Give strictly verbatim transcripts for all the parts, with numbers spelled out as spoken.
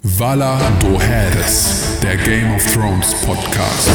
Valar Dohaeris, der Game of Thrones Podcast.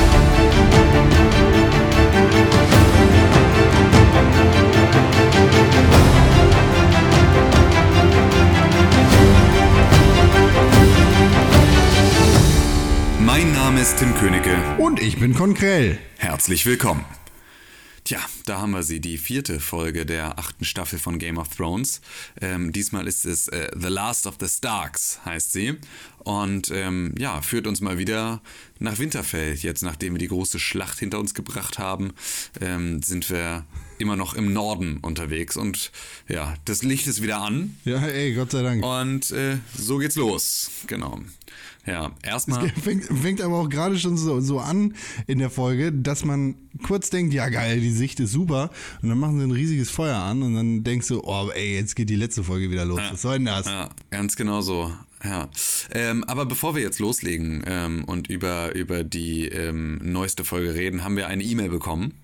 Mein Name ist Tim Königke. Und ich bin Konkrell. Herzlich willkommen. Tja, da haben wir sie, die vierte Folge der achten Staffel von Game of Thrones. Ähm, diesmal ist es äh, The Last of the Starks, heißt sie. Und ähm, ja, führt uns mal wieder nach Winterfell. Jetzt, nachdem wir die große Schlacht hinter uns gebracht haben, ähm, sind wir immer noch im Norden unterwegs. Und ja, das Licht ist wieder an. Ja, ey, Gott sei Dank. Und äh, so geht's los. Genau. Ja, erstmal. Es fängt, fängt aber auch gerade schon so, so an in der Folge, dass man kurz denkt, ja geil, die Sicht ist super. Und dann machen sie ein riesiges Feuer an und dann denkst du, oh ey, jetzt geht die letzte Folge wieder los. Ja, was soll denn das? Ja, ganz genau so. Ja, ähm, aber bevor wir jetzt loslegen ähm, und über, über die ähm, neueste Folge reden, haben wir eine E-Mail bekommen.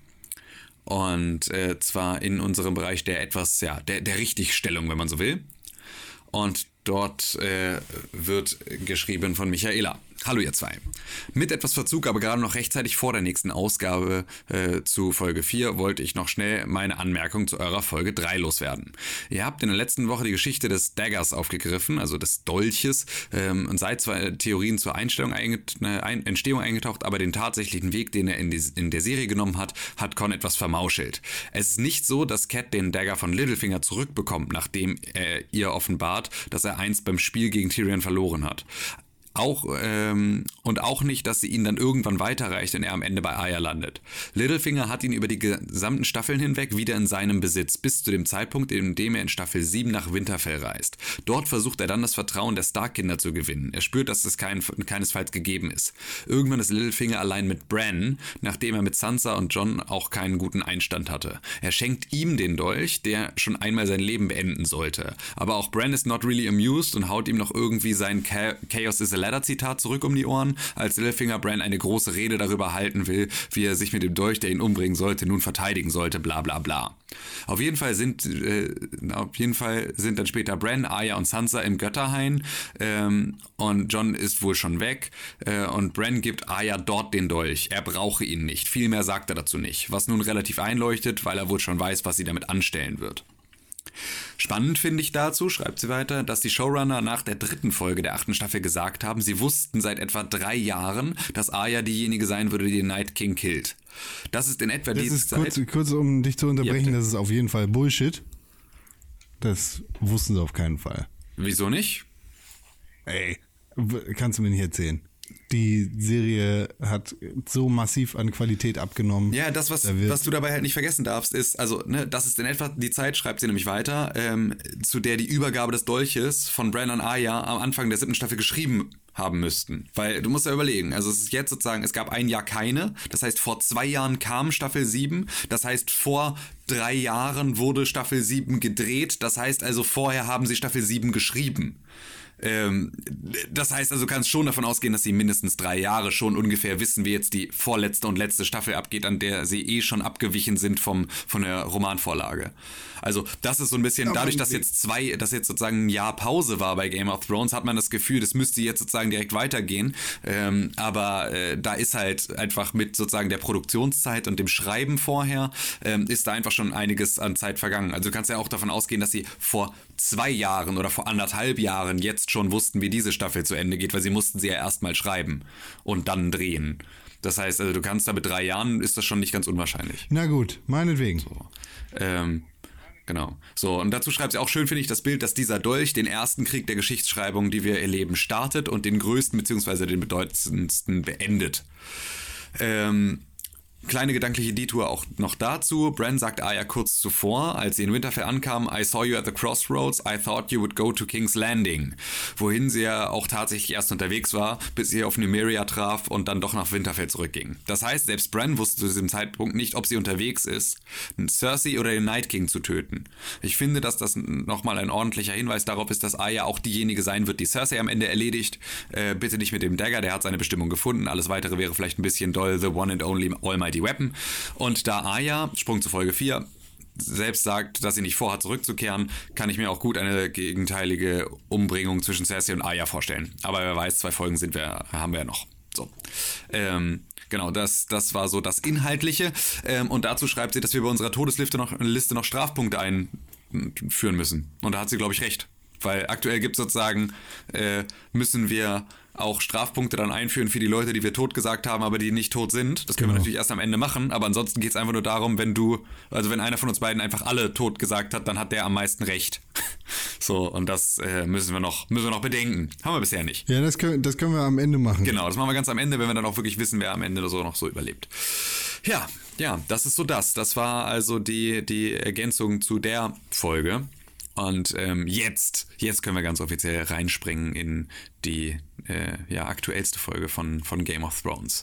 Und äh, zwar in unserem Bereich der etwas, ja, der, der Richtigstellung, wenn man so will. Und dort äh, wird geschrieben von Michaela. Hallo ihr zwei. Mit etwas Verzug, aber gerade noch rechtzeitig vor der nächsten Ausgabe äh, zu Folge vier wollte ich noch schnell meine Anmerkung zu eurer Folge drei loswerden. Ihr habt in der letzten Woche die Geschichte des Daggers aufgegriffen, also des Dolches, ähm, und seid zwar Theorien zur Einstellung einget- äh, ein- Entstehung eingetaucht, aber den tatsächlichen Weg, den er in, die, in der Serie genommen hat, hat Con etwas vermauschelt. Es ist nicht so, dass Cat den Dagger von Littlefinger zurückbekommt, nachdem er ihr offenbart, dass er einst beim Spiel gegen Tyrion verloren hat. Auch, ähm, und auch nicht, dass sie ihn dann irgendwann weiterreicht und er am Ende bei Arya landet. Littlefinger hat ihn über die gesamten Staffeln hinweg wieder in seinem Besitz, bis zu dem Zeitpunkt, in dem er in Staffel sieben nach Winterfell reist. Dort versucht er dann das Vertrauen der Stark-Kinder zu gewinnen. Er spürt, dass es kein, keinesfalls gegeben ist. Irgendwann ist Littlefinger allein mit Bran, nachdem er mit Sansa und Jon auch keinen guten Einstand hatte. Er schenkt ihm den Dolch, der schon einmal sein Leben beenden sollte. Aber auch Bran ist not really amused und haut ihm noch irgendwie sein Chaos is a Ladder-Zitat zurück um die Ohren, als Littlefinger Bran eine große Rede darüber halten will, wie er sich mit dem Dolch, der ihn umbringen sollte, nun verteidigen sollte, bla bla bla. Auf jeden Fall sind, äh, auf jeden Fall sind dann später Bran, Arya und Sansa im Götterhain ähm, und Jon ist wohl schon weg äh, und Bran gibt Arya dort den Dolch. Er brauche ihn nicht, viel mehr sagt er dazu nicht, was nun relativ einleuchtet, weil er wohl schon weiß, was sie damit anstellen wird. Spannend finde ich dazu, schreibt sie weiter, dass die Showrunner nach der dritten Folge der achten Staffel gesagt haben, sie wussten seit etwa drei Jahren, dass Arya diejenige sein würde, die den Night King killt. Das ist in etwa das diese ist Zeit... Kurz, kurz um dich zu unterbrechen, Ja, das ist auf jeden Fall Bullshit. Das wussten sie auf keinen Fall. Wieso nicht? Ey, kannst du mir nicht erzählen. Die Serie hat so massiv an Qualität abgenommen. Ja, das, was, da was du dabei halt nicht vergessen darfst, ist, also, ne, das ist in etwa die Zeit, schreibt sie nämlich weiter, ähm, zu der die Übergabe des Dolches von Bran an Arya am Anfang der siebten Staffel geschrieben haben müssten. Weil du musst ja überlegen, also es ist jetzt sozusagen, es gab ein Jahr keine, das heißt vor zwei Jahren kam Staffel sieben, das heißt vor drei Jahren wurde Staffel sieben gedreht, das heißt also vorher haben sie Staffel sieben geschrieben. Ähm, das heißt also, du kannst schon davon ausgehen, dass sie mindestens drei Jahre schon ungefähr wissen, wie jetzt die vorletzte und letzte Staffel abgeht, an der sie eh schon abgewichen sind vom, von der Romanvorlage. Also das ist so ein bisschen, dadurch, dass jetzt zwei, dass jetzt sozusagen ein Jahr Pause war bei Game of Thrones, hat man das Gefühl, das müsste jetzt sozusagen direkt weitergehen. Ähm, aber äh, da ist halt einfach mit sozusagen der Produktionszeit und dem Schreiben vorher, ähm, ist da einfach schon einiges an Zeit vergangen. Also du kannst ja auch davon ausgehen, dass sie vor zwei Jahren oder vor anderthalb Jahren jetzt schon wussten, wie diese Staffel zu Ende geht, weil sie mussten sie ja erstmal schreiben und dann drehen. Das heißt, also du kannst da mit drei Jahren, ist das schon nicht ganz unwahrscheinlich. Na gut, meinetwegen. So, ähm, genau. So, und dazu schreibt sie auch schön, finde ich, das Bild, dass dieser Dolch den ersten Krieg der Geschichtsschreibung, die wir erleben, startet und den größten bzw. den bedeutendsten beendet. Ähm, Kleine gedankliche Detour auch noch dazu. Bran sagt Arya kurz zuvor, als sie in Winterfell ankam, I saw you at the crossroads, I thought you would go to King's Landing. Wohin sie ja auch tatsächlich erst unterwegs war, bis sie auf Nymeria traf und dann doch nach Winterfell zurückging. Das heißt, selbst Bran wusste zu diesem Zeitpunkt nicht, ob sie unterwegs ist, Cersei oder den Night King zu töten. Ich finde, dass das nochmal ein ordentlicher Hinweis darauf ist, dass Arya auch diejenige sein wird, die Cersei am Ende erledigt. Äh, bitte nicht mit dem Dagger, der hat seine Bestimmung gefunden. Alles weitere wäre vielleicht ein bisschen doll, the one and only almighty Weapon. Und da Arya, Sprung zu Folge vier, selbst sagt, dass sie nicht vorhat, zurückzukehren, kann ich mir auch gut eine gegenteilige Umbringung zwischen Cersei und Arya vorstellen. Aber wer weiß, zwei Folgen sind wir, haben wir ja noch. So. Ähm, genau, das, das war so das Inhaltliche. Ähm, und dazu schreibt sie, dass wir bei unserer Todesliste noch, Liste noch Strafpunkte einführen müssen. Und da hat sie, glaube ich, recht. Weil aktuell gibt es sozusagen, äh, müssen wir auch Strafpunkte dann einführen für die Leute, die wir tot gesagt haben, aber die nicht tot sind. Das können Genau. wir natürlich erst am Ende machen, aber ansonsten geht es einfach nur darum, wenn du, also wenn einer von uns beiden einfach alle tot gesagt hat, dann hat der am meisten Recht. So, und das äh, müssen wir noch, müssen wir noch bedenken. Haben wir bisher nicht. Ja, das können, das können wir am Ende machen. Genau, das machen wir ganz am Ende, wenn wir dann auch wirklich wissen, wer am Ende so noch so überlebt. Ja, ja, das ist so das. Das war also die, die Ergänzung zu der Folge. Und ähm, jetzt, jetzt können wir ganz offiziell reinspringen in die äh, ja, aktuellste Folge von, von Game of Thrones.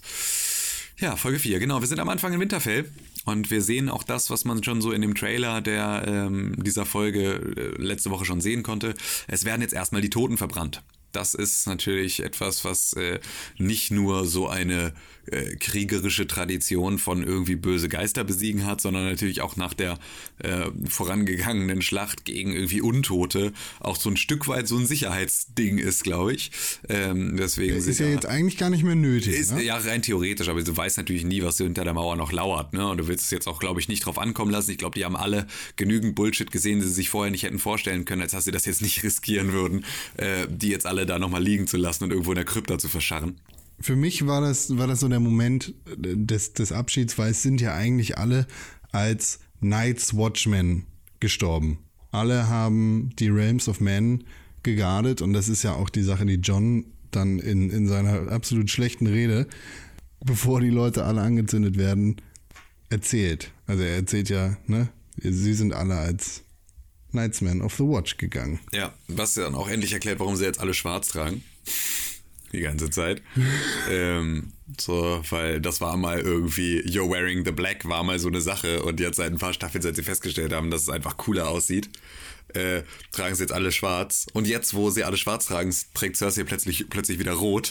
Ja, Folge vier, genau. Wir sind am Anfang in Winterfell und wir sehen auch das, was man schon so in dem Trailer der, ähm, dieser Folge äh, letzte Woche schon sehen konnte. Es werden jetzt erstmal die Toten verbrannt. Das ist natürlich etwas, was äh, nicht nur so eine äh, kriegerische Tradition von irgendwie böse Geister besiegen hat, sondern natürlich auch nach der äh, vorangegangenen Schlacht gegen irgendwie Untote auch so ein Stück weit so ein Sicherheitsding ist, glaube ich. Ähm, deswegen ist ja jetzt eigentlich gar nicht mehr nötig. Ist, ne? Ja, rein theoretisch, aber du weißt natürlich nie, was hinter der Mauer noch lauert, ne? Und du willst es jetzt auch, glaube ich, nicht drauf ankommen lassen. Ich glaube, die haben alle genügend Bullshit gesehen, die sie sich vorher nicht hätten vorstellen können, als dass sie das jetzt nicht riskieren würden, äh, die jetzt alle da nochmal liegen zu lassen und irgendwo in der Krypta zu verscharren. Für mich war das, war das so der Moment des, des Abschieds, weil es sind ja eigentlich alle als Night's Watchmen gestorben. Alle haben die Realms of Men geguardet und das ist ja auch die Sache, die Jon dann in, in seiner absolut schlechten Rede, bevor die Leute alle angezündet werden, erzählt. Also er erzählt ja, ne, sie sind alle als Knightsmen of the Watch gegangen. Ja, was dann auch endlich erklärt, warum sie jetzt alle schwarz tragen. Die ganze Zeit. ähm, so, weil das war mal irgendwie, You're wearing the black war mal so eine Sache und jetzt seit ein paar Staffeln, seit sie festgestellt haben, dass es einfach cooler aussieht, äh, tragen sie jetzt alle schwarz. Und jetzt, wo sie alle schwarz tragen, trägt Cersei plötzlich, plötzlich wieder rot.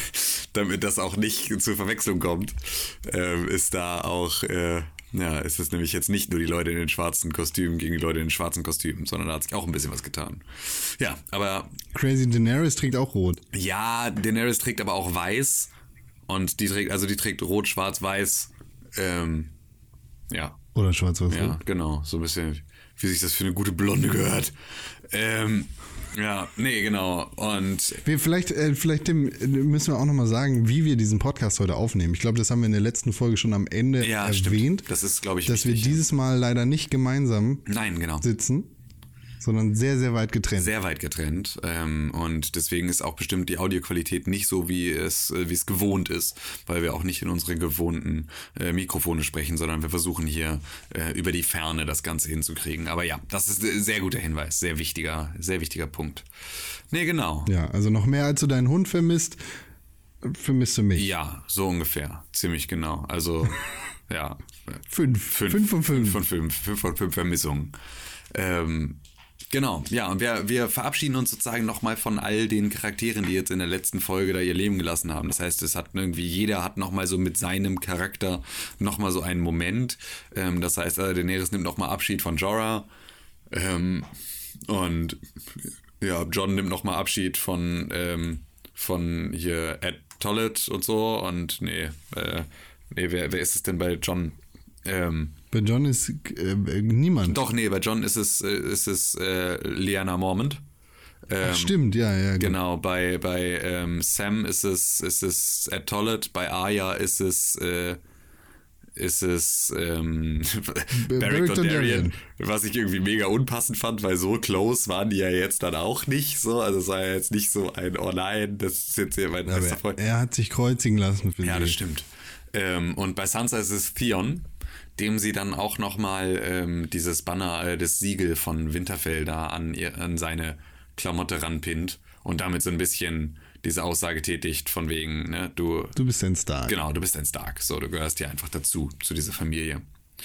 Damit das auch nicht zur Verwechslung kommt, äh, ist da auch, äh, ja, ist es nämlich jetzt nicht nur die Leute in den schwarzen Kostümen gegen die Leute in den schwarzen Kostümen, sondern da hat sich auch ein bisschen was getan. Ja, aber... Crazy Daenerys trägt auch rot. Ja, Daenerys trägt aber auch weiß und die trägt, also die trägt rot, schwarz, weiß, ähm, ja. Oder schwarz-weiß. Ja, genau, so ein bisschen, wie sich das für eine gute Blonde gehört. Ähm, ja, nee, genau. Und wir vielleicht, äh, vielleicht Tim, müssen wir auch nochmal sagen, wie wir diesen Podcast heute aufnehmen. Ich glaube, das haben wir in der letzten Folge schon am Ende ja, erwähnt. Stimmt. Das ist, glaube ich, dass wichtig, wir dieses Mal leider nicht gemeinsam Nein, genau. sitzen, sondern sehr, sehr weit getrennt. Sehr weit getrennt. Ähm, und deswegen ist auch bestimmt die Audioqualität nicht so, wie es, wie es gewohnt ist, weil wir auch nicht in unsere gewohnten äh, Mikrofone sprechen, sondern wir versuchen hier äh, über die Ferne das Ganze hinzukriegen. Aber ja, das ist ein sehr guter Hinweis, sehr wichtiger, sehr wichtiger Punkt. Nee, genau. Ja, also noch mehr als du deinen Hund vermisst, vermisst du mich. Ja, so ungefähr. Ziemlich genau. Also, ja. Fünf. Fünf. Fünf von fünf. Fünf von fünf. Fünf von fünf Vermissungen. Ähm, Genau, ja, und wir, wir verabschieden uns sozusagen nochmal von all den Charakteren, die jetzt in der letzten Folge da ihr Leben gelassen haben. Das heißt, es hat irgendwie, jeder hat nochmal so mit seinem Charakter nochmal so einen Moment. Ähm, das heißt, äh, Daenerys nimmt nochmal Abschied von Jorah. Ähm, und ja, Jon nimmt nochmal Abschied von, ähm, von hier Ed Tollett und so. Und nee, äh, nee, wer, wer ist es denn bei Jon? Ähm, Bei Jon ist äh, niemand. Doch, nee, bei Jon ist es, äh, ist es äh, Lyanna Mormont. Ähm, Ach, stimmt, ja, ja. Gut. Genau, bei, bei ähm, Sam ist es, ist es Ed Tollett, bei Arya ist es, äh, ist es ähm, Beric Dondarrion, was ich irgendwie mega unpassend fand, weil so close waren die ja jetzt dann auch nicht so. Also es war ja jetzt nicht so ein, oh nein, das ist jetzt hier mein bester Freund. Er hat sich kreuzigen lassen für Ja, sie. das stimmt. Ähm, und bei Sansa ist es Theon, dem sie dann auch nochmal ähm, dieses Banner, äh, das Siegel von Winterfell da an, ihr, an seine Klamotte ranpinnt und damit so ein bisschen diese Aussage tätigt von wegen, ne, du... Du bist ein Stark. Genau, du bist ein Stark, so, du gehörst hier einfach dazu, zu dieser Familie.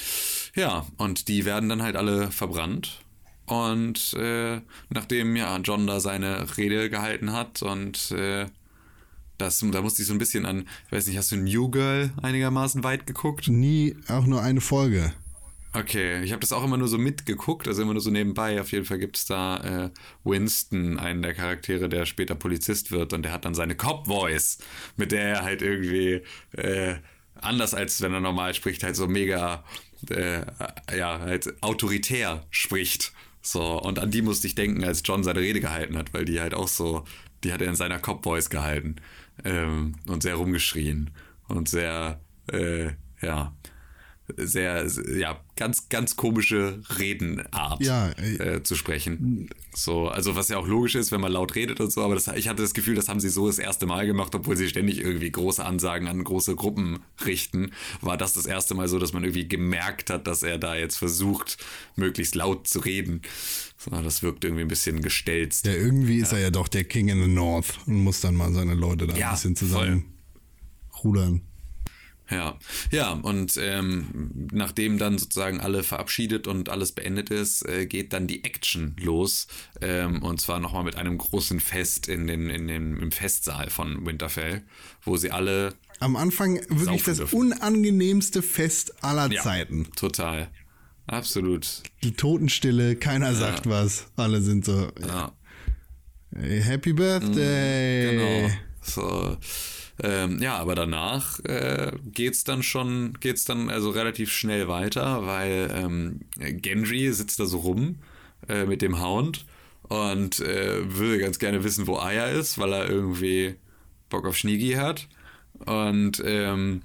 Ja, und die werden dann halt alle verbrannt und äh, nachdem ja Jon da seine Rede gehalten hat und äh, das, da musste ich so ein bisschen an, ich weiß nicht, hast du New Girl einigermaßen weit geguckt? Nie auch nur eine Folge. Okay, ich habe das auch immer nur so mitgeguckt, also immer nur so nebenbei. Auf jeden Fall gibt es da äh, Winston, einen der Charaktere, der später Polizist wird und der hat dann seine Cop-Voice, mit der er halt irgendwie äh, anders als wenn er normal spricht, halt so mega, äh, ja, halt autoritär spricht. So, und an die musste ich denken, als John seine Rede gehalten hat, weil die halt auch so, die hat er in seiner Cop-Voice gehalten ähm, und sehr rumgeschrien und sehr, äh, ja, sehr, ja, ganz, ganz komische Redenart Ja, äh, zu sprechen. So, also was ja auch logisch ist, wenn man laut redet und so, aber das, ich hatte das Gefühl, das haben sie so das erste Mal gemacht, obwohl sie ständig irgendwie große Ansagen an große Gruppen richten, war das das erste Mal so, dass man irgendwie gemerkt hat, dass er da jetzt versucht, möglichst laut zu reden. So, das wirkt irgendwie ein bisschen gestelzt. Ja, irgendwie ist er ja doch der King in the North und muss dann mal seine Leute da Ja, ein bisschen voll. zusammen rudern. Ja, ja, und ähm, nachdem dann sozusagen alle verabschiedet und alles beendet ist, äh, geht dann die Action los. Ähm, und zwar nochmal mit einem großen Fest in den, in den, im Festsaal von Winterfell, wo sie alle. Am Anfang wirklich Saufen das dürfen. unangenehmste Fest aller Ja, Zeiten. total. Absolut. Die Totenstille, keiner sagt was. Alle sind so, Ja. hey, Happy Birthday. Genau. So. Ähm, ja, aber danach äh, geht's dann schon, geht's dann also relativ schnell weiter, weil ähm, Gendry sitzt da so rum äh, mit dem Hound und äh, würde ganz gerne wissen, wo Arya ist, weil er irgendwie Bock auf Schniegi hat. Und ähm,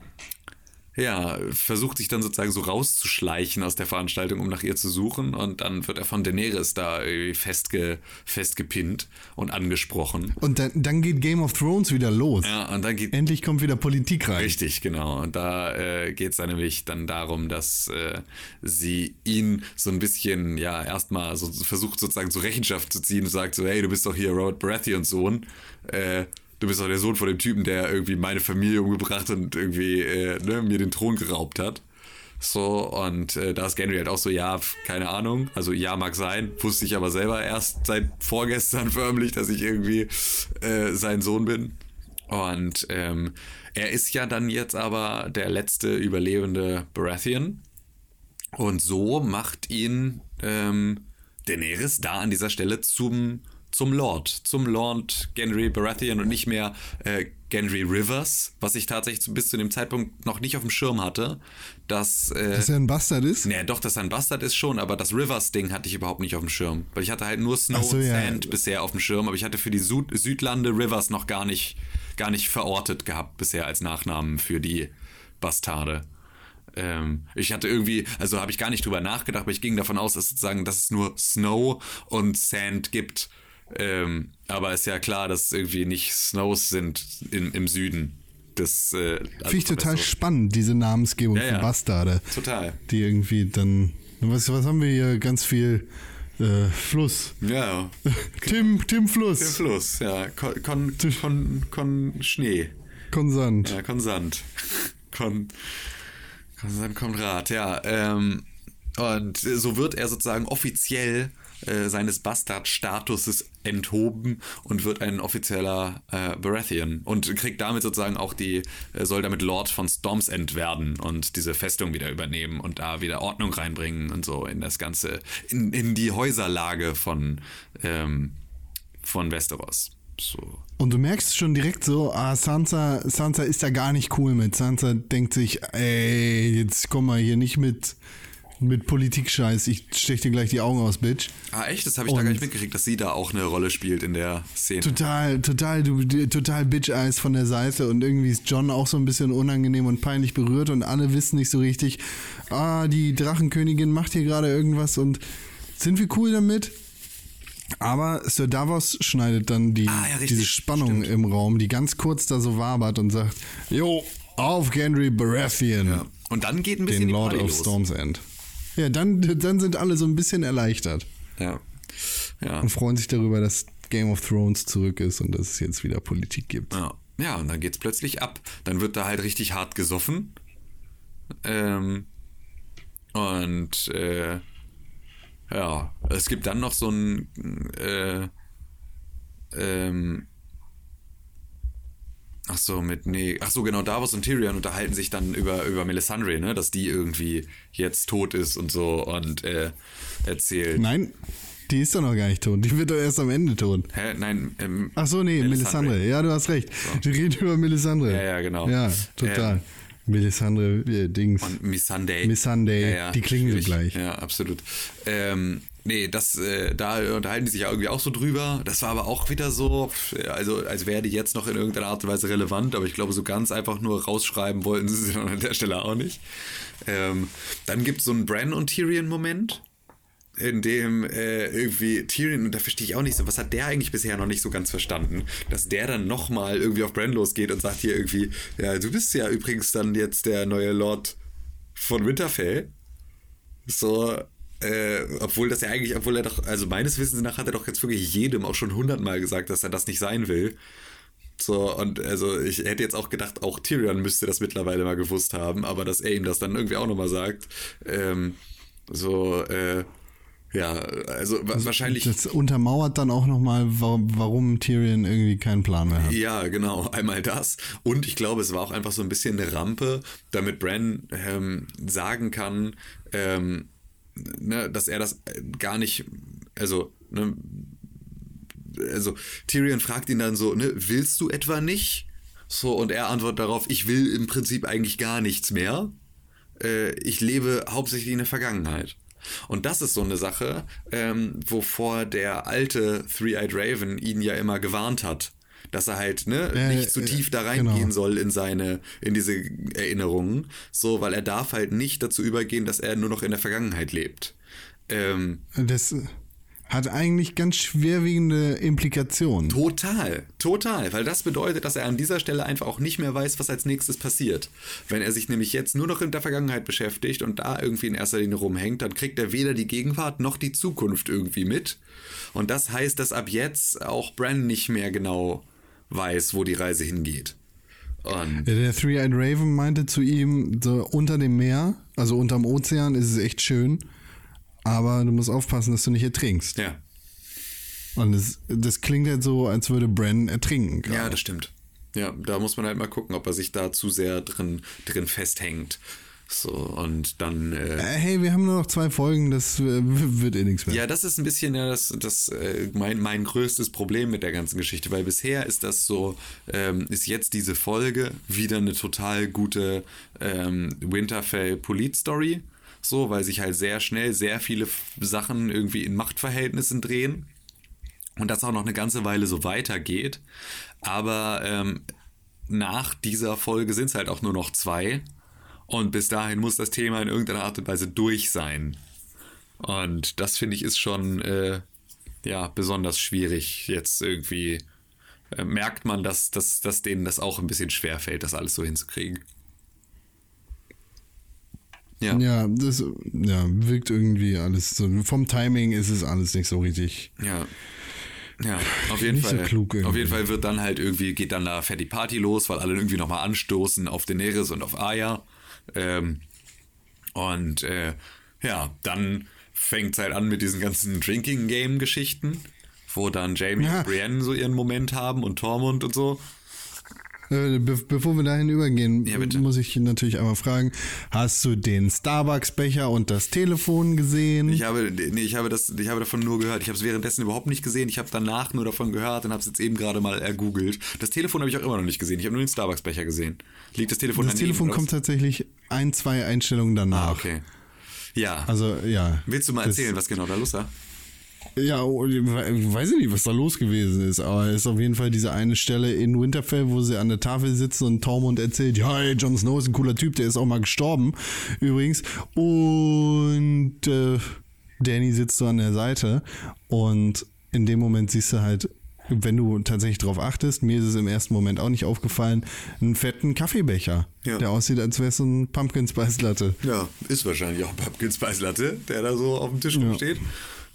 ja, versucht sich dann sozusagen so rauszuschleichen aus der Veranstaltung, um nach ihr zu suchen. Und dann wird er von Daenerys da irgendwie festge, festgepinnt und angesprochen. Und dann, dann geht Game of Thrones wieder los. Ja, und dann geht Endlich kommt wieder Politik rein. Richtig, genau. Und da äh, geht es dann nämlich dann darum, dass äh, sie ihn so ein bisschen, ja, erstmal so versucht sozusagen zur Rechenschaft zu ziehen und sagt so, hey, du bist doch hier Robert Baratheons Sohn. Äh, du bist doch der Sohn von dem Typen, der irgendwie meine Familie umgebracht und irgendwie äh, ne, mir den Thron geraubt hat. So, und äh, da ist Gendry halt auch so, ja, keine Ahnung. Also ja, mag sein. Wusste ich aber selber erst seit vorgestern förmlich, dass ich irgendwie äh, sein Sohn bin. Und ähm, er ist ja dann jetzt aber der letzte überlebende Baratheon. Und so macht ihn ähm, Daenerys da an dieser Stelle zum, zum Lord. Zum Lord Gendry Baratheon und nicht mehr äh, Gendry Rivers, was ich tatsächlich bis zu dem Zeitpunkt noch nicht auf dem Schirm hatte. Dass, äh, Dass er ein Bastard ist? naja, doch, dass er ein Bastard ist schon, aber das Rivers-Ding hatte ich überhaupt nicht auf dem Schirm. Weil ich hatte halt nur Snow Ach so, und ja. Sand bisher auf dem Schirm, aber ich hatte für die Süd Südlande Rivers noch gar nicht, gar nicht verortet gehabt bisher als Nachnamen für die Bastarde. Ähm, ich hatte irgendwie, also habe ich gar nicht drüber nachgedacht, aber ich ging davon aus, dass sozusagen, dass es nur Snow und Sand gibt. Ähm, aber ist ja klar, dass es irgendwie nicht Snows sind im, im Süden. Das äh, Finde ich total spannend, diese Namensgebung Ja, für ja. Bastarde. Total. Die irgendwie dann. Was, was haben wir hier? Ganz viel äh, Fluss. Ja. Tim, Tim Fluss. Der Fluss, ja. Kon, kon, kon, kon Schnee. Konsant. Ja, Konsant. Kon, Konsant Konrad, ja. Ähm, und so wird er sozusagen offiziell äh, seines Bastard-Statuses enthoben und wird ein offizieller äh, Baratheon und kriegt damit sozusagen auch die, äh, soll damit Lord von Storm's End werden und diese Festung wieder übernehmen und da wieder Ordnung reinbringen und so in das Ganze, in, in die Häuserlage von, ähm, von Westeros. So. Und du merkst schon direkt so, ah, Sansa, Sansa ist da gar nicht cool mit. Sansa denkt sich, ey, jetzt komm mal hier nicht mit, mit Politik-Scheiß, ich stech dir gleich die Augen aus, Bitch. Ah, echt? Das habe ich da Und- gar nicht mitgekriegt, dass sie da auch eine Rolle spielt in der Szene. Total, total, du, total Bitch-Eyes von der Seite und irgendwie ist John auch so ein bisschen unangenehm und peinlich berührt und alle wissen nicht so richtig, ah, die Drachenkönigin macht hier gerade irgendwas und sind wir cool damit? Aber Sir Davos schneidet dann die, Ah, ja, richtig, diese Spannung im Raum, die ganz kurz da so wabert und sagt, jo, auf Gendry Baratheon, Ja. Und dann geht ein bisschen den die Lord Party of los. Storm's End. Ja, dann, dann sind alle so ein bisschen erleichtert Ja. Ja. und freuen sich darüber, dass Game of Thrones zurück ist und dass es jetzt wieder Politik gibt. Ja. Ja, und dann geht's plötzlich ab. Dann wird da halt richtig hart gesoffen. Ähm, und äh, ja, es gibt dann noch so ein äh, ähm, Ach so, mit, nee, ach so, genau, Davos und Tyrion unterhalten sich dann über, über Melisandre, ne, dass die irgendwie jetzt tot ist und so und äh, erzählt. Nein, die ist doch noch gar nicht tot. Die wird doch erst am Ende tot. Hä? Nein, ähm, Ach so, nee, Melisandre. Melisandre. Ja, du hast recht. So. Wir reden über Melisandre. Ja, ja, genau. Ja, total. Ähm, Melisandre, äh, Dings. Und Missandei. Missandei, ja, ja, die klingen so schwierig. gleich. Ja, absolut. Ähm, nee, das, äh, da unterhalten die sich ja irgendwie auch so drüber. Das war aber auch wieder so, also als wäre die jetzt noch in irgendeiner Art und Weise relevant, aber ich glaube, so ganz einfach nur rausschreiben wollten sie sie dann an der Stelle auch nicht. Ähm, dann gibt es so einen Bran und Tyrion-Moment, in dem äh, irgendwie Tyrion, und da verstehe ich auch nicht so, was hat der eigentlich bisher noch nicht so ganz verstanden, dass der dann nochmal irgendwie auf Bran losgeht und sagt hier irgendwie, ja, du bist ja übrigens dann jetzt der neue Lord von Winterfell. So, äh, obwohl das ja eigentlich, obwohl er doch, also meines Wissens nach hat er doch jetzt wirklich jedem auch schon hundertmal gesagt, dass er das nicht sein will. So, und also ich hätte jetzt auch gedacht, auch Tyrion müsste das mittlerweile mal gewusst haben, aber dass er ihm das dann irgendwie auch nochmal sagt, ähm, so, äh, ja, also, also wahrscheinlich... Das untermauert dann auch nochmal, warum Tyrion irgendwie keinen Plan mehr hat. Ja, genau, einmal das. Und ich glaube, es war auch einfach so ein bisschen eine Rampe, damit Bran ähm, sagen kann, ähm, ne, dass er das gar nicht, also, ne, also Tyrion fragt ihn dann so, ne, willst du etwa nicht? So, und er antwortet darauf, ich will im Prinzip eigentlich gar nichts mehr. Äh, ich lebe hauptsächlich in der Vergangenheit. Und das ist so eine Sache, ähm, wovor der alte Three-Eyed Raven ihn ja immer gewarnt hat, dass er halt ne, äh, nicht zu tief da äh, reingehen genau. soll in seine, in diese Erinnerungen, so, weil er darf halt nicht dazu übergehen, dass er nur noch in der Vergangenheit lebt. Ähm, Das hat eigentlich ganz schwerwiegende Implikationen. Total, total, weil das bedeutet, dass er an dieser Stelle einfach auch nicht mehr weiß, was als nächstes passiert. Wenn er sich nämlich jetzt nur noch in der Vergangenheit beschäftigt und da irgendwie in erster Linie rumhängt, dann kriegt er weder die Gegenwart noch die Zukunft irgendwie mit. Und das heißt, dass ab jetzt auch Bran nicht mehr genau weiß, wo die Reise hingeht. Und Der Three-Eyed Raven meinte zu ihm, so unter dem Meer, also unterm Ozean ist es echt schön, aber du musst aufpassen, dass du nicht ertrinkst. ja. Und das, das klingt halt so, als würde Bran ertrinken. Gerade. Ja, das stimmt. Ja, da muss man halt mal gucken, ob er sich da zu sehr drin, drin festhängt. So, und dann... Äh, Äh, hey, wir haben nur noch zwei Folgen, das äh, wird eh nichts mehr. ja, das ist ein bisschen ja das, das äh, mein, mein größtes Problem mit der ganzen Geschichte, weil bisher ist das so, ähm, ist jetzt diese Folge wieder eine total gute ähm, Winterfell-Polit-Story. So, weil sich halt sehr schnell sehr viele F- Sachen irgendwie in Machtverhältnissen drehen und das auch noch eine ganze Weile so weitergeht. Aber ähm, nach dieser Folge sind es halt auch nur noch zwei und bis dahin muss das Thema in irgendeiner Art und Weise durch sein. Und das finde ich ist schon äh, ja, besonders schwierig. Jetzt irgendwie äh, merkt man, dass, dass, dass denen das auch ein bisschen schwerfällt, das alles so hinzukriegen. Ja. Ja, das ja, wirkt irgendwie alles so. Vom Timing ist es alles nicht so richtig. Ja. Ja, auf jeden Nicht so Fall. klug irgendwie. Auf jeden Fall wird dann halt irgendwie, geht dann da fett die Party los, weil alle irgendwie nochmal anstoßen auf Daenerys und auf Arya. Ähm, und äh, ja, dann fängt es halt an mit diesen ganzen Drinking-Game-Geschichten, wo dann Jaime Ja. und Brienne so ihren Moment haben und Tormund und so. Äh, be bevor wir dahin übergehen, Ja, bitte. muss ich natürlich einmal fragen, hast du den Starbucks-Becher und das Telefon gesehen? Ich habe, nee, ich habe das, ich habe davon nur gehört. Ich habe es währenddessen überhaupt nicht gesehen. Ich habe danach nur davon gehört und habe es jetzt eben gerade mal ergoogelt. Das Telefon habe ich auch immer noch nicht gesehen. Ich habe nur den Starbucks-Becher gesehen. Liegt das Telefon das daneben, Telefon oder kommt was? tatsächlich ein, zwei Einstellungen danach. Ah, okay. Ja. Also, ja. Willst du mal das- erzählen, was genau da los war? Ja, oh, ich weiß ich nicht, was da los gewesen ist, aber es ist auf jeden Fall diese eine Stelle in Winterfell, wo sie an der Tafel sitzen und Tormund erzählt, ja, hey, Jon Snow ist ein cooler Typ, der ist auch mal gestorben, übrigens. Und äh, Dany sitzt so an der Seite und in dem Moment siehst du halt, wenn du tatsächlich drauf achtest, mir ist es im ersten Moment auch nicht aufgefallen, einen fetten Kaffeebecher, Ja. der aussieht, als wäre es so ein Pumpkin Spice Latte. Ja, ist wahrscheinlich auch Pumpkin Spice Latte, der da so auf dem Tisch Ja. rumsteht.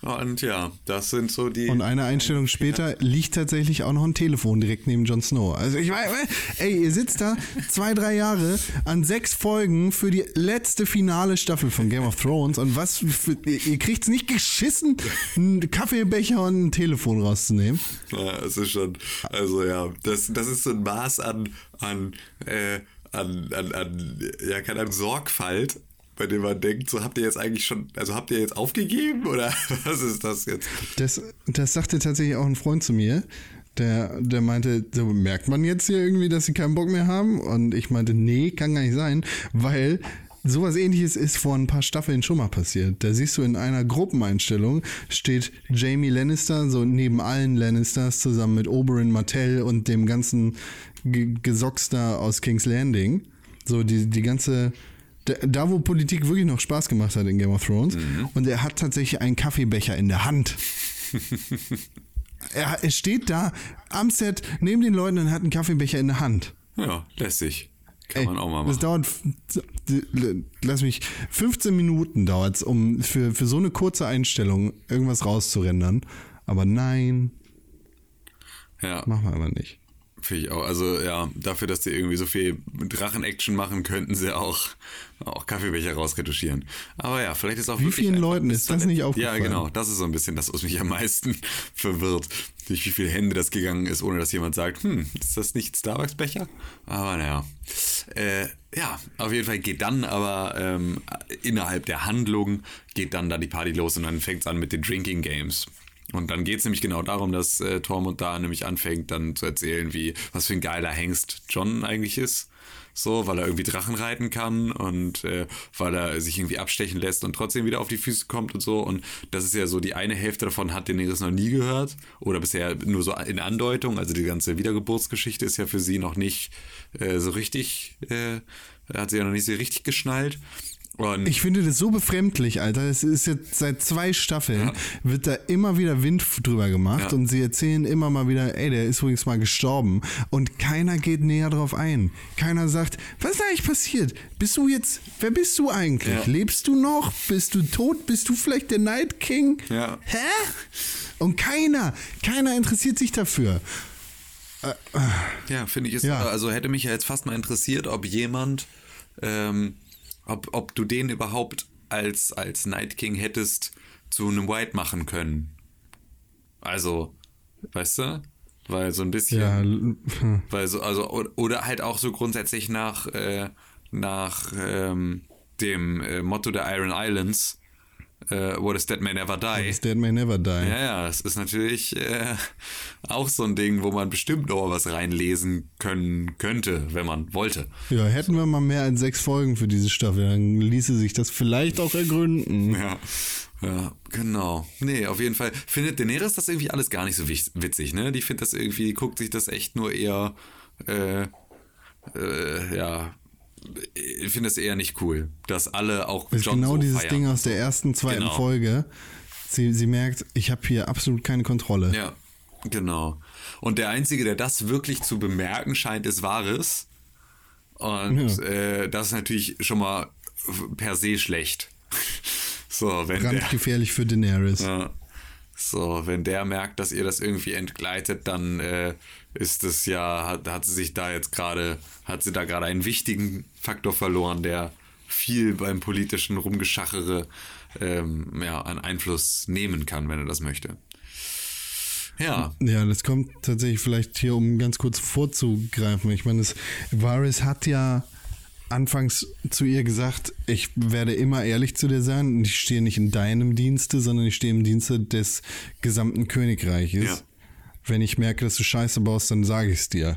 Und ja, das sind so die... Und eine Einstellung später liegt tatsächlich auch noch ein Telefon direkt neben Jon Snow. Also ich meine, ey, ihr sitzt da zwei, drei Jahre an sechs Folgen für die letzte finale Staffel von Game of Thrones und was für, ihr kriegt es nicht geschissen, einen Kaffeebecher und ein Telefon rauszunehmen. Ja, es ist schon, also ja, das, das ist so ein Maß an, an, äh, an, an, an, ja, keine Ahnung, Sorgfalt, bei dem man denkt, so habt ihr jetzt eigentlich schon, also habt ihr jetzt aufgegeben oder was ist das jetzt? Das, das sagte tatsächlich auch ein Freund zu mir, der, der meinte, so merkt man jetzt hier irgendwie, dass sie keinen Bock mehr haben? Und ich meinte, nee, kann gar nicht sein, weil sowas Ähnliches ist vor ein paar Staffeln schon mal passiert. Da siehst du in einer Gruppeneinstellung steht Jaime Lannister so neben allen Lannisters zusammen mit Oberyn Martell und dem ganzen G- Gesocks da aus King's Landing. So die, die ganze... Da, wo Politik wirklich noch Spaß gemacht hat in Game of Thrones. Mhm. Und er hat tatsächlich einen Kaffeebecher in der Hand. er, er steht da am Set neben den Leuten und hat einen Kaffeebecher in der Hand. Ja, lässig. Kann Ey, man auch mal machen. Das dauert, lass mich, fünfzehn Minuten dauert es, um für, für so eine kurze Einstellung irgendwas rauszurendern. Aber nein, ja. machen wir aber nicht. Finde ich auch. Also ja, dafür, dass die irgendwie so viel Drachen-Action machen, könnten sie auch, auch Kaffeebecher rausretuschieren. Aber ja, vielleicht ist auch Wie wirklich vielen einfach Leuten ist das nicht aufgefallen? Ja, genau. Das ist so ein bisschen das, was mich am meisten verwirrt. Durch wie viele Hände das gegangen ist, ohne dass jemand sagt, hm, ist das nicht Starbucks-Becher? Aber naja. Äh, ja, auf jeden Fall geht dann aber ähm, innerhalb der Handlung geht dann da die Party los und dann fängt es an mit den Drinking Games. Und dann geht es nämlich genau darum, dass äh, Tormund da nämlich anfängt, dann zu erzählen, wie was für ein geiler Hengst Jon eigentlich ist. So, weil er irgendwie Drachen reiten kann und äh, weil er sich irgendwie abstechen lässt und trotzdem wieder auf die Füße kommt und so. Und das ist ja so, die eine Hälfte davon hat Daenerys noch nie gehört oder bisher nur so in Andeutung. Also die ganze Wiedergeburtsgeschichte ist ja für sie noch nicht äh, so richtig, äh, hat sie ja noch nicht so richtig geschnallt. Und ich finde das so befremdlich, Alter. Es ist jetzt seit zwei Staffeln, ja. wird da immer wieder Wind drüber gemacht Ja. und sie erzählen immer mal wieder, ey, der ist übrigens mal gestorben und keiner geht näher drauf ein. Keiner sagt, was ist eigentlich passiert? Bist du jetzt, wer bist du eigentlich? Ja. Lebst du noch? Bist du tot? Bist du vielleicht der Night King? Ja. Hä? Und keiner, keiner interessiert sich dafür. Ja, finde ich, ist, Ja. also hätte mich ja jetzt fast mal interessiert, ob jemand, ähm, ob, ob du den überhaupt als, als Night King hättest zu einem White machen können. Also, weißt du? Weil so ein bisschen, Ja, hm. weil so, also, oder halt auch so grundsätzlich nach, äh, nach ähm, dem äh, Motto der Iron Islands, äh, What is Dead May Never Die. This Dead May Never Die. Ja, ja, es ist natürlich äh, auch so ein Ding, wo man bestimmt noch was reinlesen können könnte, wenn man wollte. Ja, hätten wir mal mehr als sechs Folgen für diese Staffel, dann ließe sich das vielleicht auch ergründen. Ja, ja, genau. Nee, auf jeden Fall findet Daenerys das irgendwie alles gar nicht so witzig, ne? Die findet das irgendwie, die guckt sich das echt nur eher, äh, äh, ja, ich finde es eher nicht cool, dass alle auch Das ist Jon genau so dieses feiern. Ding aus der ersten, zweiten Genau. Folge. Sie, sie merkt, ich habe hier absolut keine Kontrolle. Ja, genau. Und der Einzige, der das wirklich zu bemerken scheint, ist Varys. Und Ja. äh, das ist natürlich schon mal per se schlecht. So, wenn der, Brandgefährlich für Daenerys. ja, so, wenn der merkt, dass ihr das irgendwie entgleitet, dann äh, ist es ja, hat, hat sie sich da jetzt gerade, hat sie da gerade einen wichtigen Faktor verloren, der viel beim politischen Rumgeschachere ähm, ja, an Einfluss nehmen kann, wenn er das möchte. Ja. Ja, das kommt tatsächlich vielleicht hier, um ganz kurz vorzugreifen. Ich meine, das, Varys hat ja anfangs zu ihr gesagt, ich werde immer ehrlich zu dir sein und ich stehe nicht in deinem Dienste, sondern ich stehe im Dienste des gesamten Königreiches. Ja. Wenn ich merke, dass du Scheiße baust, dann sage ich es dir.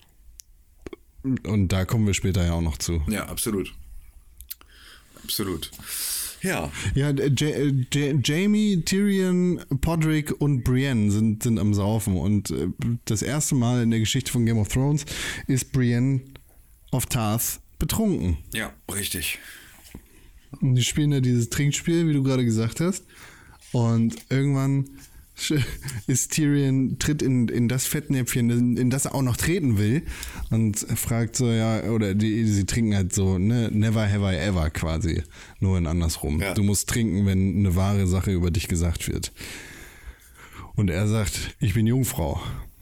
Und da kommen wir später ja auch noch zu. Ja, absolut. Absolut. Ja. Ja, J- J- Jamie, Tyrion, Podrick und Brienne sind, sind am Saufen. Und äh, das erste Mal in der Geschichte von Game of Thrones ist Brienne of Tarth betrunken. Ja, richtig. Und die spielen da dieses Trinkspiel, wie du gerade gesagt hast. Und irgendwann ist Tyrion, tritt in, in das Fettnäpfchen, in, in das er auch noch treten will und fragt so, ja, oder die, sie trinken halt so, ne, never have I ever quasi, nur in andersrum. Ja. Du musst trinken, wenn eine wahre Sache über dich gesagt wird. Und er sagt, ich bin Jungfrau.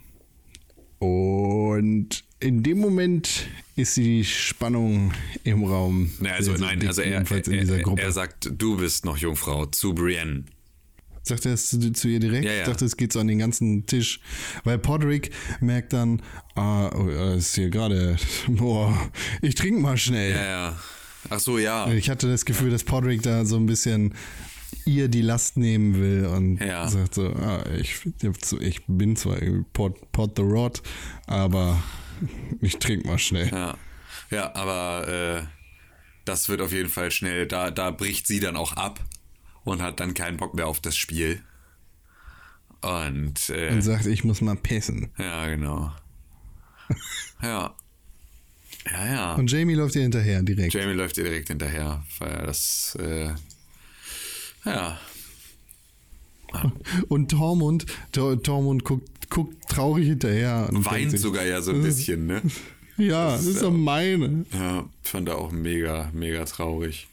Und in dem Moment ist die Spannung im Raum. Na, also nein, also er, er, er sagt, du bist noch Jungfrau zu Brienne. Sagt er es zu, zu ihr direkt? Ja, ja. Ich dachte, es geht so an den ganzen Tisch. Weil Podrick merkt dann, ah, oh, das ist hier gerade, boah, ich trinke mal schnell. Ja, ja. Ach so, ja. Ich hatte das Gefühl, dass Podrick da so ein bisschen ihr die Last nehmen will und ja. sagt so, ah, ich, ich bin zwar Pot, Pot the Rod, aber ich trinke mal schnell. Ja, ja, aber äh, das wird auf jeden Fall schnell, da, da bricht sie dann auch ab und hat dann keinen Bock mehr auf das Spiel. Und, äh, und sagt, ich muss mal pissen. Ja, genau. Ja. Ja, ja. Und Jamie läuft ihr hinterher direkt. Jamie läuft ihr direkt hinterher, weil das, äh, ja. ja. Und Tormund, Tor, Tormund guckt, guckt traurig hinterher. Und weint sich, sogar ja so ein bisschen, ne? Ja, das, das ist doch meine. Ja, fand er auch mega, mega traurig.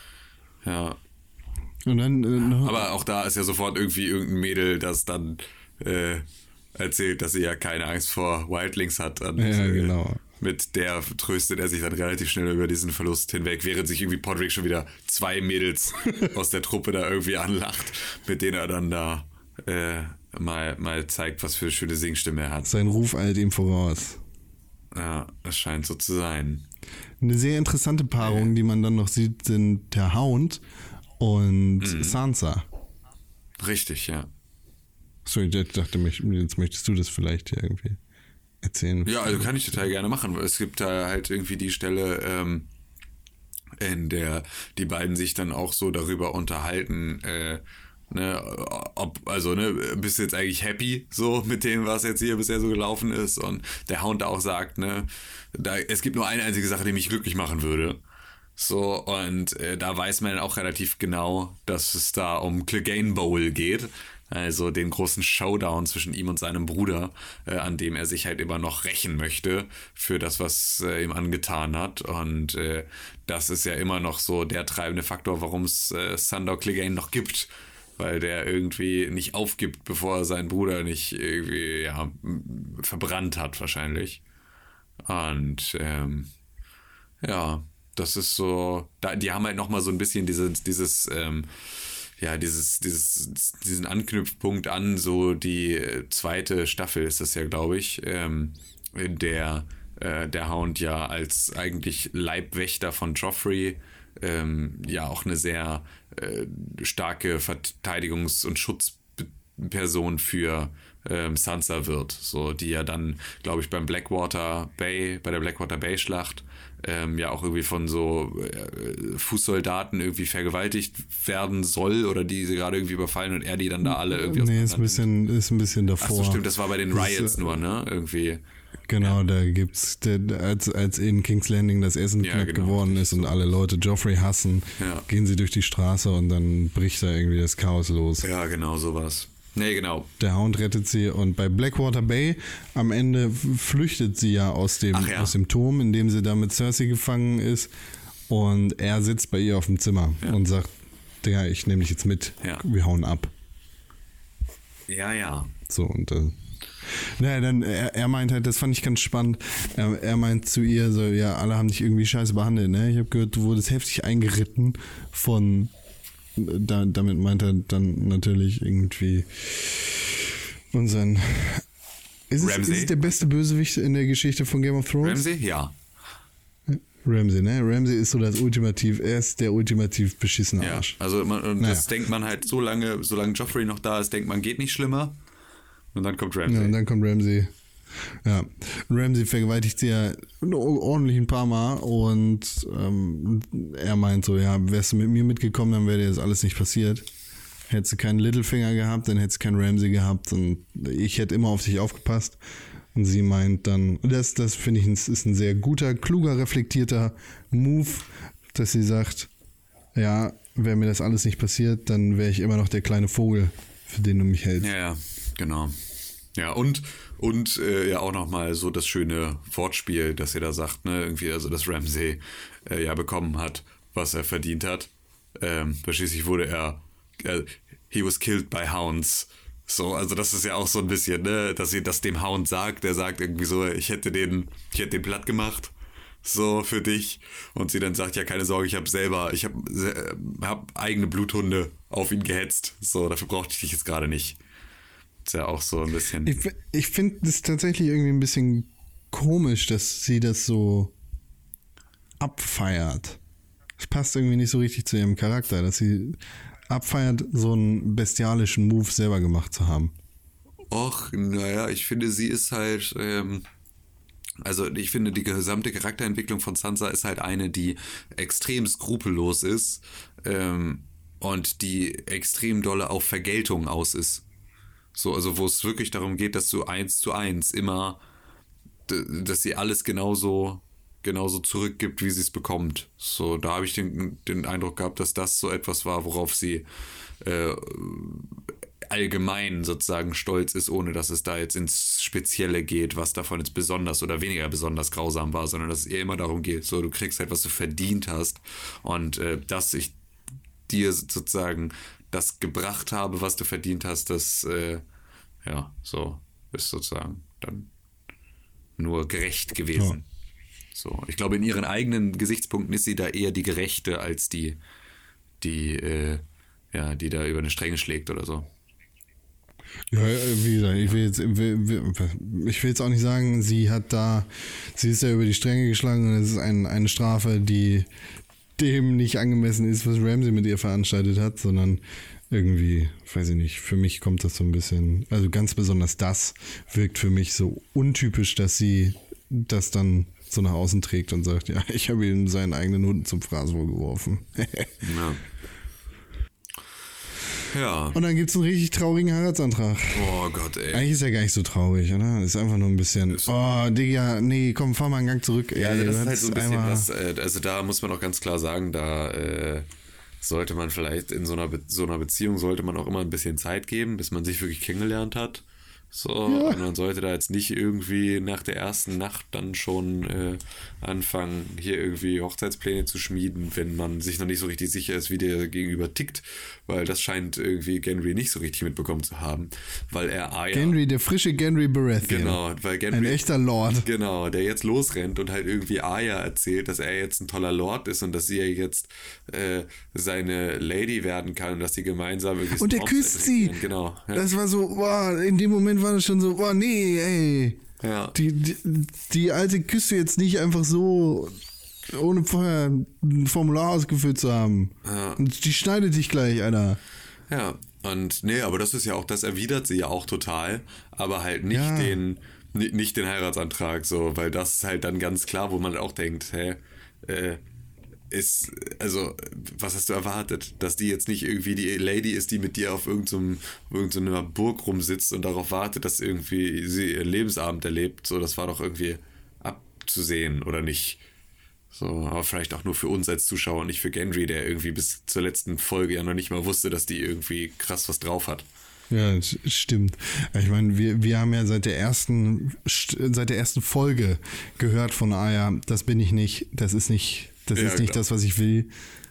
Ja. Und dann, äh, aber auch da ist ja sofort irgendwie irgendein Mädel, das dann äh, erzählt, dass sie ja keine Angst vor Wildlings hat. Und, ja, genau. Äh, mit der tröstet er sich dann relativ schnell über diesen Verlust hinweg, während sich irgendwie Podrick schon wieder zwei Mädels aus der Truppe da irgendwie anlacht, mit denen er dann da äh, mal, mal zeigt, was für eine schöne Singstimme er hat. Sein Ruf eilt ihm voraus. Ja, das scheint so zu sein. Eine sehr interessante Paarung, ja. die man dann noch sieht, sind der Hound und mhm. Sansa. Richtig, ja. So, ich dachte, jetzt möchtest du das vielleicht hier irgendwie erzählen. Ja, also kann ich total gerne machen. Es gibt da halt irgendwie die Stelle, ähm, in der die beiden sich dann auch so darüber unterhalten, äh, ne, ob, also, ne, bist du jetzt eigentlich happy, so, mit dem, was jetzt hier bisher so gelaufen ist, und der Hound auch sagt, ne, da, es gibt nur eine einzige Sache, die mich glücklich machen würde. So, und äh, da weiß man auch relativ genau, dass es da um Clegane Bowl geht. Also den großen Showdown zwischen ihm und seinem Bruder, äh, an dem er sich halt immer noch rächen möchte für das, was äh, ihm angetan hat. Und äh, das ist ja immer noch so der treibende Faktor, warum es äh, Sandor Clegane noch gibt. Weil der irgendwie nicht aufgibt, bevor er seinen Bruder nicht irgendwie, ja, verbrannt hat wahrscheinlich. Und ähm, ja, das ist so, da, die haben halt nochmal so ein bisschen dieses, dieses, ähm, ja, dieses, dieses, diesen Anknüpfpunkt an, so die zweite Staffel ist das ja, glaube ich, ähm, in der äh, der Hound ja als eigentlich Leibwächter von Joffrey ähm, ja auch eine sehr äh, starke Verteidigungs- und Schutzperson für ähm, Sansa wird, so, die ja dann, glaube ich, beim Blackwater Bay, bei der Blackwater Bay Schlacht Ähm, ja auch irgendwie von so äh, Fußsoldaten irgendwie vergewaltigt werden soll oder die sie gerade irgendwie überfallen und er die dann da alle irgendwie... Nee, ist ein bisschen, ist ein bisschen davor. Ach so, stimmt, das war bei den Riots das, nur, ne? Irgendwie. Genau, ja. Da gibt's, der, als, als in King's Landing das Essen ja, knapp genau, geworden ist und alle Leute Joffrey hassen, ja. gehen sie durch die Straße und dann bricht da irgendwie das Chaos los. Ja, genau, sowas. Nee, genau. Der Hound rettet sie und bei Blackwater Bay am Ende flüchtet sie ja aus dem, ja. aus dem Turm, in dem sie da mit Cersei gefangen ist, und er sitzt bei ihr auf dem Zimmer ja. und sagt, Digga, ich nehme dich jetzt mit, ja. wir hauen ab. Ja, ja. So, und äh, naja, dann, er, er meint halt, das fand ich ganz spannend, er, er meint zu ihr so, ja, alle haben dich irgendwie scheiße behandelt, ne? Ich habe gehört, du wurdest heftig eingeritten von... Da, damit meint er dann natürlich irgendwie unseren... Ist es, ist es der beste Bösewicht in der Geschichte von Game of Thrones? Ramsay? Ja. Ramsay, ne? Ramsay ist so das ultimativ, er ist der ultimativ beschissene Arsch. Ja, also man, und naja. das denkt man halt so lange, solange Joffrey noch da ist, denkt man, geht nicht schlimmer. Und dann kommt Ramsay. Ja, und dann kommt Ramsay. Ja, Ramsay vergewaltigt sie ja ordentlich ein paar Mal und ähm, er meint so, ja, wärst du mit mir mitgekommen, dann wäre dir das alles nicht passiert. Hättest du keinen Littlefinger gehabt, dann hättest du keinen Ramsay gehabt und ich hätte immer auf dich aufgepasst. Und sie meint dann, das, das finde ich, ist ein sehr guter, kluger, reflektierter Move, dass sie sagt, ja, wäre mir das alles nicht passiert, dann wäre ich immer noch der kleine Vogel für den du mich hältst. Ja, ja, genau. Ja, und, und äh, ja auch nochmal so das schöne Wortspiel, dass ihr da sagt, ne, irgendwie, also dass Ramsay äh, ja bekommen hat, was er verdient hat. Ähm, schließlich wurde er, äh, he was killed by hounds. So, also das ist ja auch so ein bisschen, ne, dass sie das dem Hound sagt, der sagt irgendwie so, ich hätte den, ich hätte den platt gemacht, so für dich. Und sie dann sagt, ja, keine Sorge, ich habe selber, ich habe hab eigene Bluthunde auf ihn gehetzt. So, dafür brauchte ich dich jetzt gerade nicht. Ist ja auch so ein bisschen. Ich, ich finde es tatsächlich irgendwie ein bisschen komisch, dass sie das so abfeiert. Es passt irgendwie nicht so richtig zu ihrem Charakter, dass sie abfeiert, so einen bestialischen Move selber gemacht zu haben. Och, naja, ich finde, sie ist halt, ähm, also ich finde, die gesamte Charakterentwicklung von Sansa ist halt eine, die extrem skrupellos ist ähm, und die extrem dolle auf Vergeltung aus ist. So, also wo es wirklich darum geht, dass du eins zu eins immer, dass sie alles genauso, genauso zurückgibt, wie sie es bekommt. So, da habe ich den, den Eindruck gehabt, dass das so etwas war, worauf sie äh, allgemein sozusagen stolz ist, ohne dass es da jetzt ins Spezielle geht, was davon jetzt besonders oder weniger besonders grausam war, sondern dass es eher immer darum geht, so, du kriegst halt, was du verdient hast und äh, dass ich dir sozusagen das gebracht habe, was du verdient hast, das, äh, ja, so ist sozusagen dann nur gerecht gewesen. Ja. So, ich glaube, in ihren eigenen Gesichtspunkten ist sie da eher die Gerechte als die, die, äh, ja, die da über eine Stränge schlägt oder so. Ja, wie gesagt, ich will jetzt, ich will jetzt auch nicht sagen, sie hat da, sie ist ja über die Stränge geschlagen und es ist ein, eine Strafe, die dem nicht angemessen ist, was Ramsay mit ihr veranstaltet hat, sondern irgendwie, weiß ich nicht, für mich kommt das so ein bisschen, also ganz besonders das wirkt für mich so untypisch, dass sie das dann so nach außen trägt und sagt, ja, ich habe ihm seinen eigenen Hund zum Fraßwohl geworfen. Ja. Ja. Und dann gibt es einen richtig traurigen Heiratsantrag. Oh Gott, ey. Eigentlich ist ja gar nicht so traurig, oder? Ist einfach nur ein bisschen, oh, Digga, nee, komm, fahr mal einen Gang zurück. Ja, ey, das ist halt so ein bisschen einmal was, äh, also da muss man auch ganz klar sagen, da äh, sollte man vielleicht in so einer, Be- so einer Beziehung sollte man auch immer ein bisschen Zeit geben, bis man sich wirklich kennengelernt hat. So, ja. Und man sollte da jetzt nicht irgendwie nach der ersten Nacht dann schon äh, anfangen, hier irgendwie Hochzeitspläne zu schmieden, wenn man sich noch nicht so richtig sicher ist, wie der Gegenüber tickt, weil das scheint irgendwie Gendry nicht so richtig mitbekommen zu haben, weil er Arya... Gendry, der frische Gendry Baratheon. Genau, weil Gendry... Ein echter Lord. Genau, der jetzt losrennt und halt irgendwie Arya erzählt, dass er jetzt ein toller Lord ist und dass sie ja jetzt äh, seine Lady werden kann und dass sie gemeinsam irgendwie... Und der küsst sie! Genau. Ja. Das war so, wow, in dem Moment war das schon so, oh nee, ey. Ja. Die, die, die alte küsst du jetzt nicht einfach so, ohne vorher ein Formular ausgefüllt zu haben. Ja. Und die schneidet dich gleich, Alter. Ja, und nee, aber das ist ja auch, das erwidert sie ja auch total, aber halt nicht Ja. den, nicht, nicht den Heiratsantrag, so, weil das ist halt dann ganz klar, wo man auch denkt, hä, äh, ist, also, was hast du erwartet? Dass die jetzt nicht irgendwie die Lady ist, die mit dir auf irgendeinem, irgendeiner Burg rumsitzt und darauf wartet, dass irgendwie sie ihren Lebensabend erlebt. So, das war doch irgendwie abzusehen, oder nicht? So, aber vielleicht auch nur für uns als Zuschauer und nicht für Gendry, der irgendwie bis zur letzten Folge ja noch nicht mal wusste, dass die irgendwie krass was drauf hat. Ja, das stimmt. Ich meine, wir, wir haben ja seit der ersten seit der ersten Folge gehört von Arya, das bin ich nicht, das ist nicht, das Ja, ist nicht klar. das, was ich will.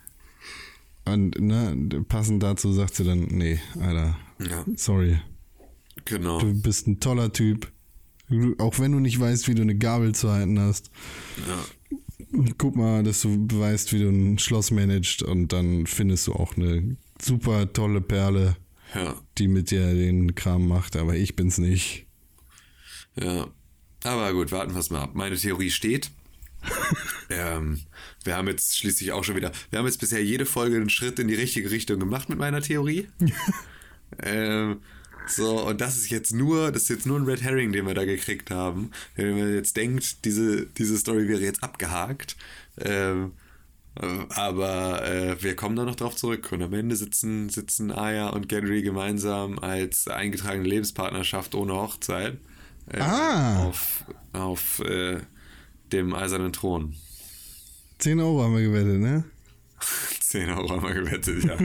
Und ne, passend dazu sagt sie dann, nee, Alter, Ja. sorry, Genau. du bist ein toller Typ. Du- Auch wenn du nicht weißt, wie du eine Gabel zu halten hast. Ja. Guck mal, dass du weißt, wie du ein Schloss managst und dann findest du auch eine super tolle Perle, Ja. die mit dir den Kram macht, aber ich bin's nicht. Ja. Aber gut, warten wir es mal ab. Meine Theorie steht. ähm, wir haben jetzt schließlich auch schon wieder, wir haben jetzt bisher jede Folge einen Schritt in die richtige Richtung gemacht mit meiner Theorie. ähm, so, und das ist jetzt nur, das ist jetzt nur ein Red Herring, den wir da gekriegt haben. Wenn man jetzt denkt, diese, diese Story wäre jetzt abgehakt. Ähm, äh, aber äh, wir kommen da noch drauf zurück. Und am Ende sitzen, sitzen Arya und Gendry gemeinsam als eingetragene Lebenspartnerschaft ohne Hochzeit. Äh, Ah. Auf, auf äh, dem eisernen Thron. zehn Euro haben wir gewettet, ne? zehn Euro haben wir gewettet, ja.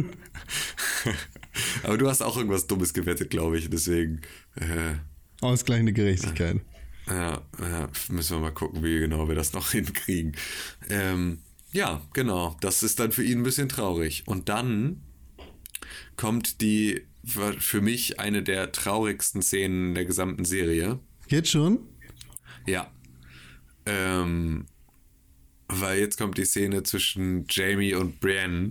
Aber du hast auch irgendwas Dummes gewettet, glaube ich, deswegen. Äh, Ausgleichende Gerechtigkeit. Ja, ja, müssen wir mal gucken, wie genau wir das noch hinkriegen. Ähm, ja, genau, das ist dann für ihn ein bisschen traurig. Und dann kommt die, für mich eine der traurigsten Szenen der gesamten Serie. Jetzt schon? Ja. Ähm, weil jetzt kommt die Szene zwischen Jamie und Brienne,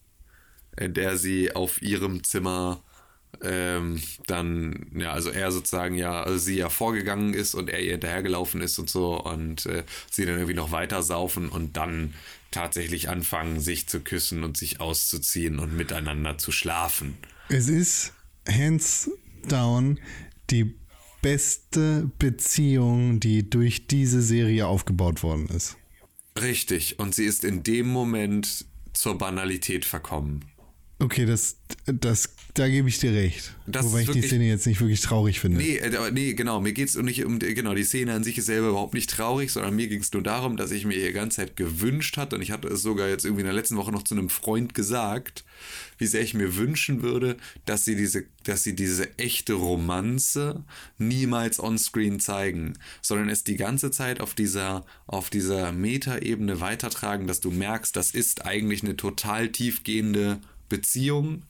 in der sie auf ihrem Zimmer ähm, dann, ja, also er sozusagen ja, also sie ja vorgegangen ist und er ihr hinterhergelaufen ist und so und äh, sie dann irgendwie noch weiter saufen und dann tatsächlich anfangen, sich zu küssen und sich auszuziehen und miteinander zu schlafen. Es ist hands down die beste Beziehung, die durch diese Serie aufgebaut worden ist. Richtig, und sie ist in dem Moment zur Banalität verkommen. Okay, das, das, da gebe ich dir recht. Das Wobei ist ich die wirklich- Szene jetzt nicht wirklich traurig finde. Nee, äh, aber nee, genau, mir geht's nicht um, genau, die Szene an sich ist selber überhaupt nicht traurig, sondern mir ging es nur darum, dass ich mir die ganze Zeit gewünscht hatte und ich hatte es sogar jetzt irgendwie in der letzten Woche noch zu einem Freund gesagt, wie sehr ich mir wünschen würde, dass sie diese, dass sie diese echte Romanze niemals onscreen zeigen, sondern es die ganze Zeit auf dieser, auf dieser Metaebene weitertragen, dass du merkst, das ist eigentlich eine total tiefgehende Beziehung,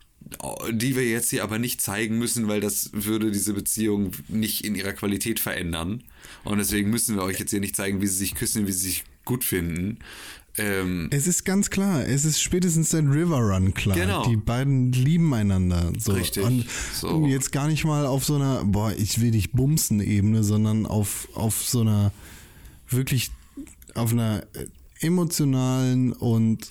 die wir jetzt hier aber nicht zeigen müssen, weil das würde diese Beziehung nicht in ihrer Qualität verändern. Und deswegen müssen wir euch jetzt hier nicht zeigen, wie sie sich küssen, wie sie sich gut finden. Ähm, Es ist ganz klar, es ist spätestens seit River Run klar. Genau. Die beiden lieben einander. So. Richtig, Und so. jetzt gar nicht mal auf so einer, boah, ich will dich bumsen Ebene, sondern auf, auf so einer wirklich, auf einer emotionalen und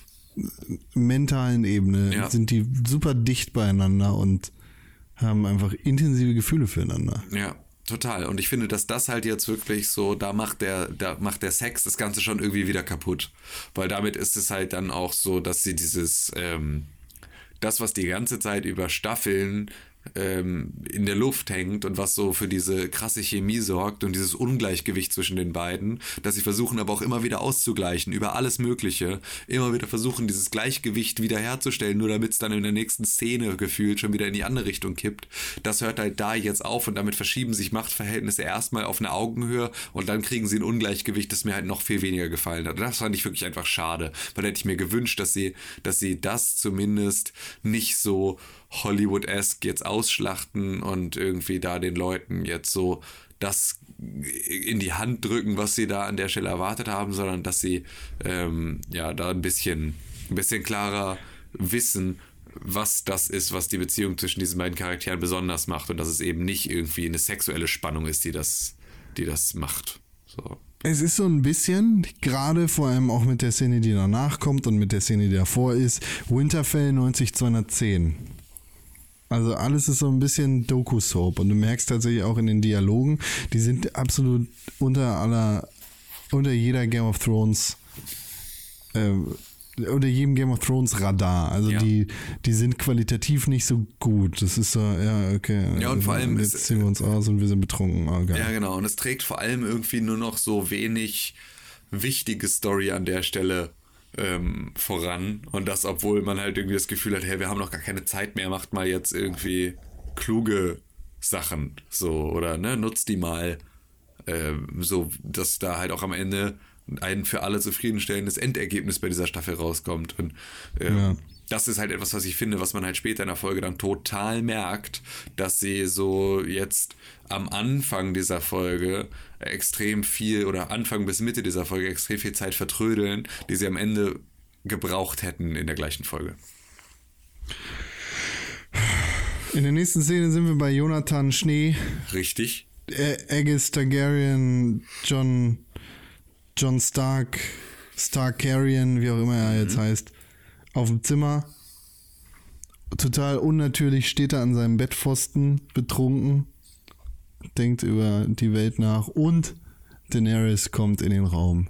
mentalen Ebene Ja. sind die super dicht beieinander und haben einfach intensive Gefühle füreinander. Ja, total. Und ich finde, dass das halt jetzt wirklich so, da macht der, da macht der Sex das Ganze schon irgendwie wieder kaputt. Weil damit ist es halt dann auch so, dass sie dieses, ähm, das, was die ganze Zeit über Staffeln ähm, in der Luft hängt und was so für diese krasse Chemie sorgt und dieses Ungleichgewicht zwischen den beiden, dass sie versuchen aber auch immer wieder auszugleichen über alles Mögliche, immer wieder versuchen, dieses Gleichgewicht wiederherzustellen, nur damit es dann in der nächsten Szene gefühlt schon wieder in die andere Richtung kippt. Das hört halt da jetzt auf und damit verschieben sich Machtverhältnisse erstmal auf eine Augenhöhe und dann kriegen sie ein Ungleichgewicht, das mir halt noch viel weniger gefallen hat. Und das fand ich wirklich einfach schade, weil da hätte ich mir gewünscht, dass sie, dass sie das zumindest nicht so Hollywood-esque jetzt ausschlachten und irgendwie da den Leuten jetzt so das in die Hand drücken, was sie da an der Stelle erwartet haben, sondern dass sie ähm, ja da ein bisschen, ein bisschen klarer wissen, was das ist, was die Beziehung zwischen diesen beiden Charakteren besonders macht und dass es eben nicht irgendwie eine sexuelle Spannung ist, die das, die das macht. So. Es ist so ein bisschen, gerade vor allem auch mit der Szene, die danach kommt und mit der Szene, die davor ist, Winterfell neunzig zweihundertzehn. Also alles ist so ein bisschen Doku-Soap und du merkst tatsächlich auch in den Dialogen, die sind absolut unter aller, unter jeder Game of Thrones, äh, unter jedem Game of Thrones Radar. Also Ja. die, die sind qualitativ nicht so gut. Das ist so, ja, okay. Ja, und vor allem jetzt ist- ziehen wir uns aus und wir sind betrunken. Oh, geil. Ja, genau. Und es trägt vor allem irgendwie nur noch so wenig wichtige Story an der Stelle ähm, voran. Und das, obwohl man halt irgendwie das Gefühl hat, hey, wir haben noch gar keine Zeit mehr, macht mal jetzt irgendwie kluge Sachen. So, oder ne, nutzt die mal. Ähm, so, dass da halt auch am Ende ein für alle zufriedenstellendes Endergebnis bei dieser Staffel rauskommt. Und ähm, Ja. das ist halt etwas, was ich finde, was man halt später in der Folge dann total merkt, dass sie so jetzt am Anfang dieser Folge extrem viel oder Anfang bis Mitte dieser Folge extrem viel Zeit vertrödeln, die sie am Ende gebraucht hätten in der gleichen Folge. In der nächsten Szene sind wir bei Jonathan Schnee, Richtig? Ä- Aegis Targaryen, John, John Stark, Starkarian, wie auch immer er jetzt heißt, auf dem Zimmer. Total unnatürlich steht er an seinem Bettpfosten, betrunken, denkt über die Welt nach und Daenerys kommt in den Raum.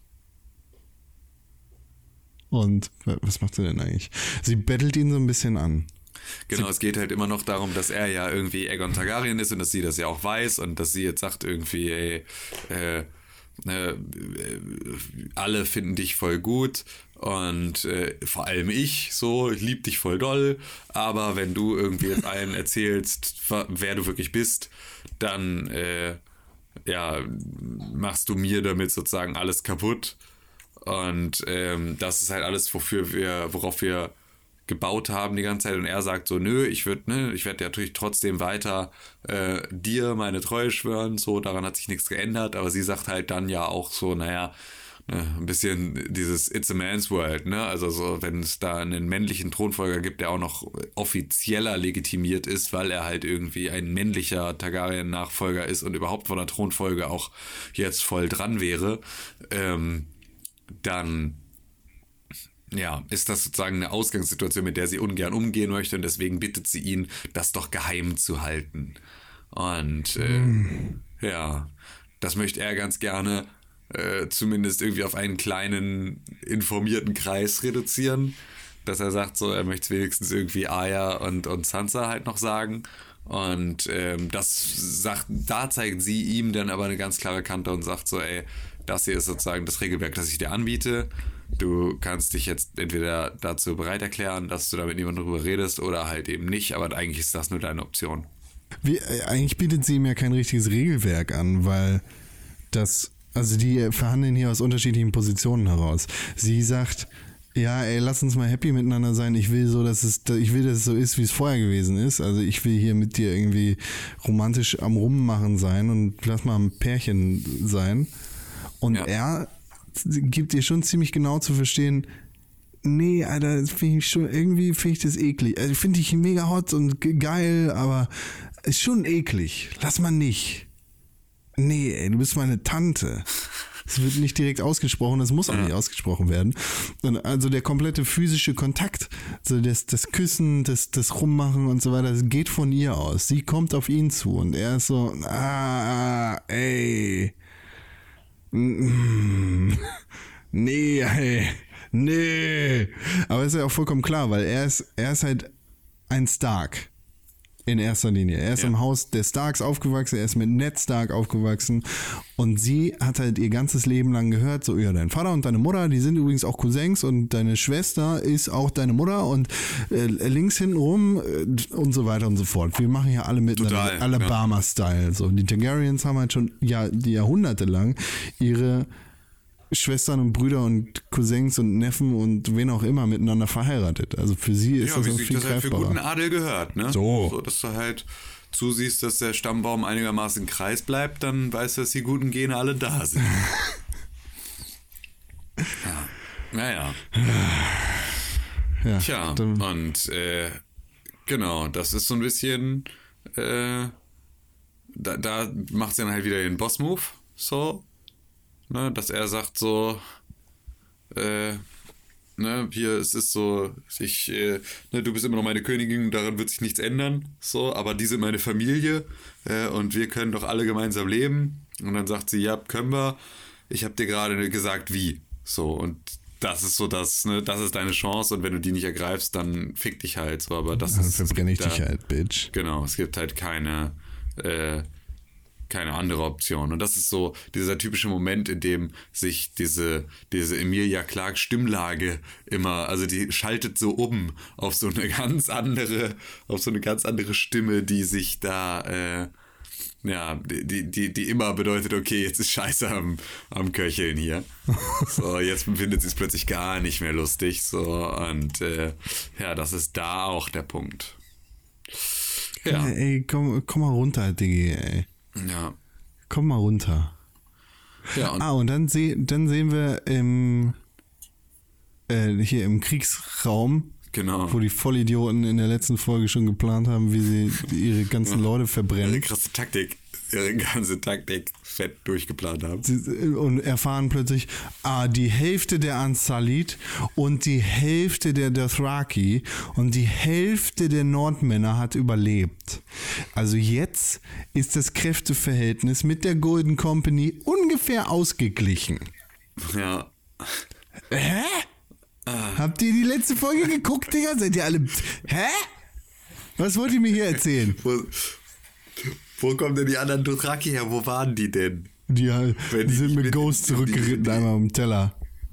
Und was macht sie denn eigentlich? Sie bettelt ihn so ein bisschen an. Genau, es geht halt immer noch darum, dass er ja irgendwie Aegon Targaryen ist und dass sie das ja auch weiß und dass sie jetzt sagt irgendwie, ey, äh, äh, alle finden dich voll gut und äh, vor allem ich, so, ich lieb dich voll doll, aber wenn du irgendwie jetzt allen erzählst, wer du wirklich bist, dann äh, ja, machst du mir damit sozusagen alles kaputt. Und ähm, das ist halt alles, wofür wir, worauf wir gebaut haben die ganze Zeit. Und er sagt so, nö, ich würde, ne, ich werde natürlich trotzdem weiter äh, dir meine Treue schwören. So, daran hat sich nichts geändert. Aber sie sagt halt dann ja auch so, naja, ne, ein bisschen dieses It's a man's world, ne? Also so, wenn es da einen männlichen Thronfolger gibt, der auch noch offizieller legitimiert ist, weil er halt irgendwie ein männlicher Targaryen-Nachfolger ist und überhaupt von der Thronfolge auch jetzt voll dran wäre, ähm, dann ja, ist das sozusagen eine Ausgangssituation, mit der sie ungern umgehen möchte und deswegen bittet sie ihn, das doch geheim zu halten. Und äh, mm. ja, das möchte er ganz gerne äh, zumindest irgendwie auf einen kleinen informierten Kreis reduzieren, dass er sagt, so, er möchte es wenigstens irgendwie Arya und, und Sansa halt noch sagen. Und ähm, das sagt, da zeigt sie ihm dann aber eine ganz klare Kante und sagt so, ey, das hier ist sozusagen das Regelwerk, das ich dir anbiete. Du kannst dich jetzt entweder dazu bereit erklären, dass du da mit niemandem drüber redest oder halt eben nicht, aber eigentlich ist das nur deine Option. Wie, eigentlich bietet sie ihm ja kein richtiges Regelwerk an, weil das, also die verhandeln hier aus unterschiedlichen Positionen heraus. Sie sagt, ja, ey, lass uns mal happy miteinander sein. Ich will so, dass es, ich will, dass es so ist, wie es vorher gewesen ist. Also ich will hier mit dir irgendwie romantisch am Rummachen sein und lass mal ein Pärchen sein. Und ja. Er gibt dir schon ziemlich genau zu verstehen, nee, Alter, das finde ich schon, irgendwie finde ich das eklig. Also finde ich mega hot und geil, aber ist schon eklig. Lass mal nicht. Nee, ey, du bist meine Tante. Es wird nicht direkt ausgesprochen, das muss auch ja. nicht ausgesprochen werden. Und also der komplette physische Kontakt, so das, das Küssen, das, das Rummachen und so weiter, das geht von ihr aus. Sie kommt auf ihn zu und er ist so, ah, ey. Nee, ey. Nee. Aber ist ja auch vollkommen klar, weil er ist, er ist halt ein Stark. In erster Linie. Er ist ja. im Haus der Starks aufgewachsen, er ist mit Ned Stark aufgewachsen und sie hat halt ihr ganzes Leben lang gehört, so, ja, dein Vater und deine Mutter, die sind übrigens auch Cousins und deine Schwester ist auch deine Mutter und äh, links hinten rum äh, und so weiter und so fort. Wir machen hier alle miteinander Alabama-Style. So. Die Targaryens haben halt schon ja, die Jahrhunderte lang ihre Schwestern und Brüder und Cousins und Neffen und wen auch immer miteinander verheiratet. Also für sie ist ja, das wie auch sich viel das halt für guten Adel gehört, ne? So. so. Dass du halt zusiehst, dass der Stammbaum einigermaßen im Kreis bleibt, dann weißt du, dass die guten Gene alle da sind. ja. Naja. Ja, Tja, und äh, genau, das ist so ein bisschen äh, da, da macht sie dann halt wieder den Boss-Move, so. Ne, dass er sagt so, äh, ne, hier, es ist so, ich, äh, ne, du bist immer noch meine Königin, daran wird sich nichts ändern, so, aber die sind meine Familie äh, und wir können doch alle gemeinsam leben. Und dann sagt sie, ja, können wir, ich habe dir gerade gesagt, wie, so, und das ist so das, ne, das ist deine Chance und wenn du die nicht ergreifst, dann fick dich halt, so, aber das dann ist... Dann verbrenne ich da, dich halt, Bitch. Genau, es gibt halt keine, äh, keine andere Option. Und das ist so dieser typische Moment, in dem sich diese, diese Emilia Clarke Stimmlage immer, also die schaltet so um auf so eine ganz andere, auf so eine ganz andere Stimme, die sich da, äh, ja, die, die, die immer bedeutet, okay, jetzt ist Scheiße am, am Köcheln hier. So, jetzt findet sie es plötzlich gar nicht mehr lustig. So, und äh, ja, das ist da auch der Punkt. Ja. Ey, komm, komm mal runter, Diggi, ey. Ja. Komm mal runter. Ja, und ah, und dann, seh, dann sehen wir im, äh, hier im Kriegsraum, genau. wo die Vollidioten in der letzten Folge schon geplant haben, wie sie ihre ganzen ja. Leute verbrennen. Ihre krasse Taktik, ihre ganze Taktik fett durchgeplant haben. Und erfahren plötzlich, ah, die Hälfte der Unsullied und die Hälfte der Dothraki und die Hälfte der Nordmänner hat überlebt. Also jetzt ist das Kräfteverhältnis mit der Golden Company ungefähr ausgeglichen. Ja. Hä? Ah. Habt ihr die letzte Folge geguckt, Digga? Seid ihr alle... Hä? Was wollt ihr mir hier erzählen? Wo, wo kommen denn die anderen Dothraki her? Wo waren die denn? Die, halt, Wenn die die sind nicht mit mit Ghost in- zurückgeritten, die- die- einmal am Teller.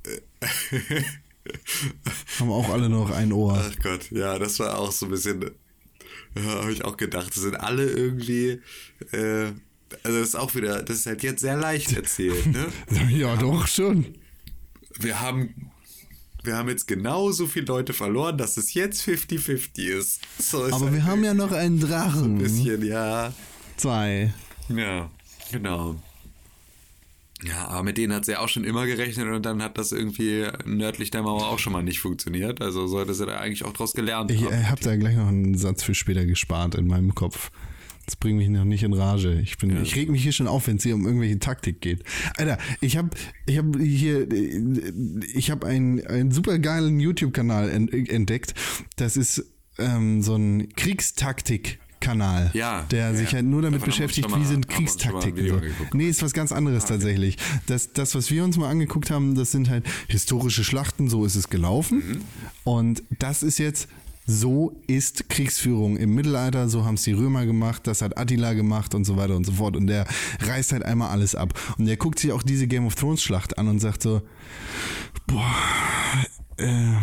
Haben auch alle noch ein Ohr. Ach Gott, ja, das war auch so ein bisschen, ja, habe ich auch gedacht, das sind alle irgendwie, äh, also das ist auch wieder, das ist halt jetzt sehr leicht erzählt, ne? Ja, doch schon. Wir haben, wir haben jetzt genauso viele Leute verloren, dass es jetzt fifty fifty ist. So ist Aber halt wir haben ja noch einen Drachen. ein bisschen, ja, Zwei. ja, genau. Ja, aber mit denen hat sie ja auch schon immer gerechnet und dann hat das irgendwie nördlich der Mauer auch schon mal nicht funktioniert. Also sollte sie da eigentlich auch draus gelernt Ich haben. äh, habe da gleich noch einen Satz für später gespart in meinem Kopf. Das bringt mich noch nicht in Rage. Ich bin, Ja. ich reg mich hier schon auf, wenn es hier um irgendwelche Taktik geht. Alter, ich habe ich hab hier, ich habe einen, einen super geilen YouTube-Kanal entdeckt. Das ist ähm, so ein Kriegstaktik. Kanal, Ja, der ja, sich ja. halt nur damit Davon haben wir uns beschäftigt, schon mal- wie sind haben wir uns schon mal ein Kriegstaktiken. Video So. angeguckt. Nee, ist was ganz anderes tatsächlich. Das, das, was wir uns mal angeguckt haben, das sind halt historische Schlachten, so ist es gelaufen. Mhm. Und das ist jetzt, so ist Kriegsführung im Mittelalter, so haben es die Römer gemacht, das hat Attila gemacht und so weiter und so fort. Und der reißt halt einmal alles ab. Und der guckt sich auch diese Game of Thrones Schlacht an und sagt so, boah, ähm,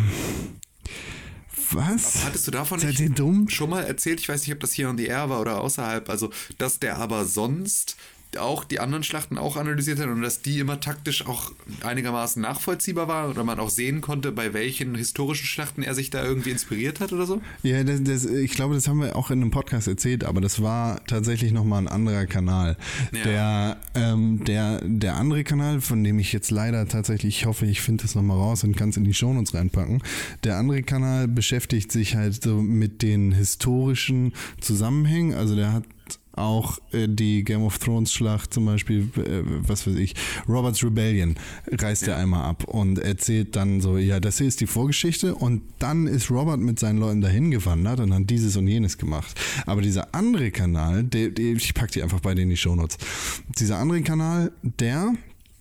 was? Hattest du davon Seid nicht ihr dumm? schon mal erzählt? Ich weiß nicht, ob das hier on the air war oder außerhalb. Also, dass der aber sonst auch die anderen Schlachten auch analysiert hat und dass die immer taktisch auch einigermaßen nachvollziehbar war oder man auch sehen konnte, bei welchen historischen Schlachten er sich da irgendwie inspiriert hat oder so? Ja, das, das, ich glaube, das haben wir auch in einem Podcast erzählt, aber das war tatsächlich nochmal ein anderer Kanal. Ja. Der, ähm, der, der andere Kanal, von dem ich jetzt leider tatsächlich, ich hoffe, ich finde das nochmal raus und kann es in die Shownotes reinpacken. Der andere Kanal beschäftigt sich halt so mit den historischen Zusammenhängen. Also der hat auch äh, die Game of Thrones Schlacht zum Beispiel, äh, was weiß ich, Robert's Rebellion reißt er einmal ab und erzählt dann so, ja, das hier ist die Vorgeschichte und dann ist Robert mit seinen Leuten dahin gewandert und hat dieses und jenes gemacht. Aber dieser andere Kanal, der, der, ich pack die einfach beide in die Shownotes, dieser andere Kanal, der,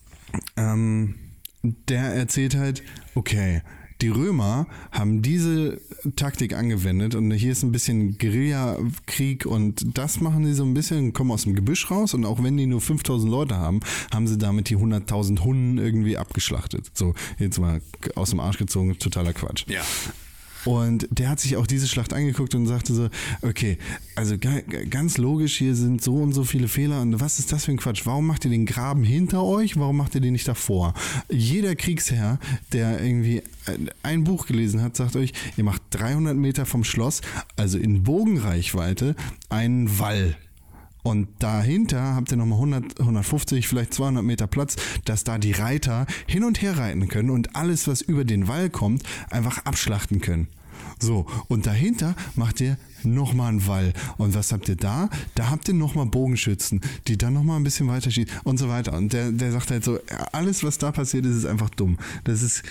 ähm, der erzählt halt, okay, die Römer haben diese Taktik angewendet und hier ist ein bisschen Guerillakrieg und das machen sie so ein bisschen, kommen aus dem Gebüsch raus und auch wenn die nur fünftausend Leute haben, haben sie damit die hunderttausend Hunden irgendwie abgeschlachtet. So, jetzt mal aus dem Arsch gezogen, totaler Quatsch. Ja. Und der hat sich auch diese Schlacht angeguckt und sagte so, okay, also ga- ganz logisch, hier sind so und so viele Fehler und was ist das für ein Quatsch? Warum macht ihr den Graben hinter euch? Warum macht ihr den nicht davor? Jeder Kriegsherr, der irgendwie ein Buch gelesen hat, sagt euch, ihr macht dreihundert Meter vom Schloss, also in Bogenreichweite, einen Wall. Und dahinter habt ihr nochmal hundert, hundertfünfzig, vielleicht zweihundert Meter Platz, dass da die Reiter hin und her reiten können und alles, was über den Wall kommt, einfach abschlachten können. So, und dahinter macht ihr nochmal einen Wall. Und was habt ihr da? Da habt ihr nochmal Bogenschützen, die dann nochmal ein bisschen weiter schießen und so weiter. Und der, der sagt halt so, alles, was da passiert ist, ist einfach dumm. Das ist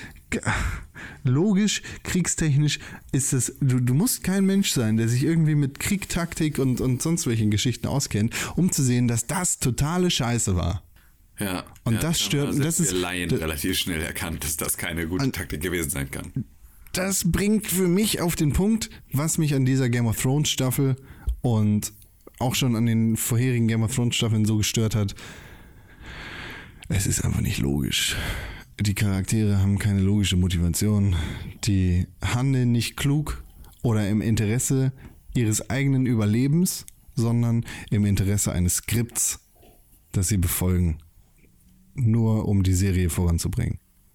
logisch, kriegstechnisch ist es, du, du musst kein Mensch sein, der sich irgendwie mit Krieg, Taktik und, und sonst welchen Geschichten auskennt, um zu sehen, dass das totale Scheiße war. Ja. Und ja, das stört- und das das ist- ist Laien das- relativ schnell erkannt, dass das keine gute Und- Taktik gewesen sein kann. Das bringt für mich auf den Punkt, was mich an dieser Game of Thrones Staffel und auch schon an den vorherigen Game of Thrones Staffeln so gestört hat. Es ist einfach nicht logisch. Die Charaktere haben keine logische Motivation. Die handeln nicht klug oder im Interesse ihres eigenen Überlebens, sondern im Interesse eines Skripts, das sie befolgen. Nur um die Serie voranzubringen.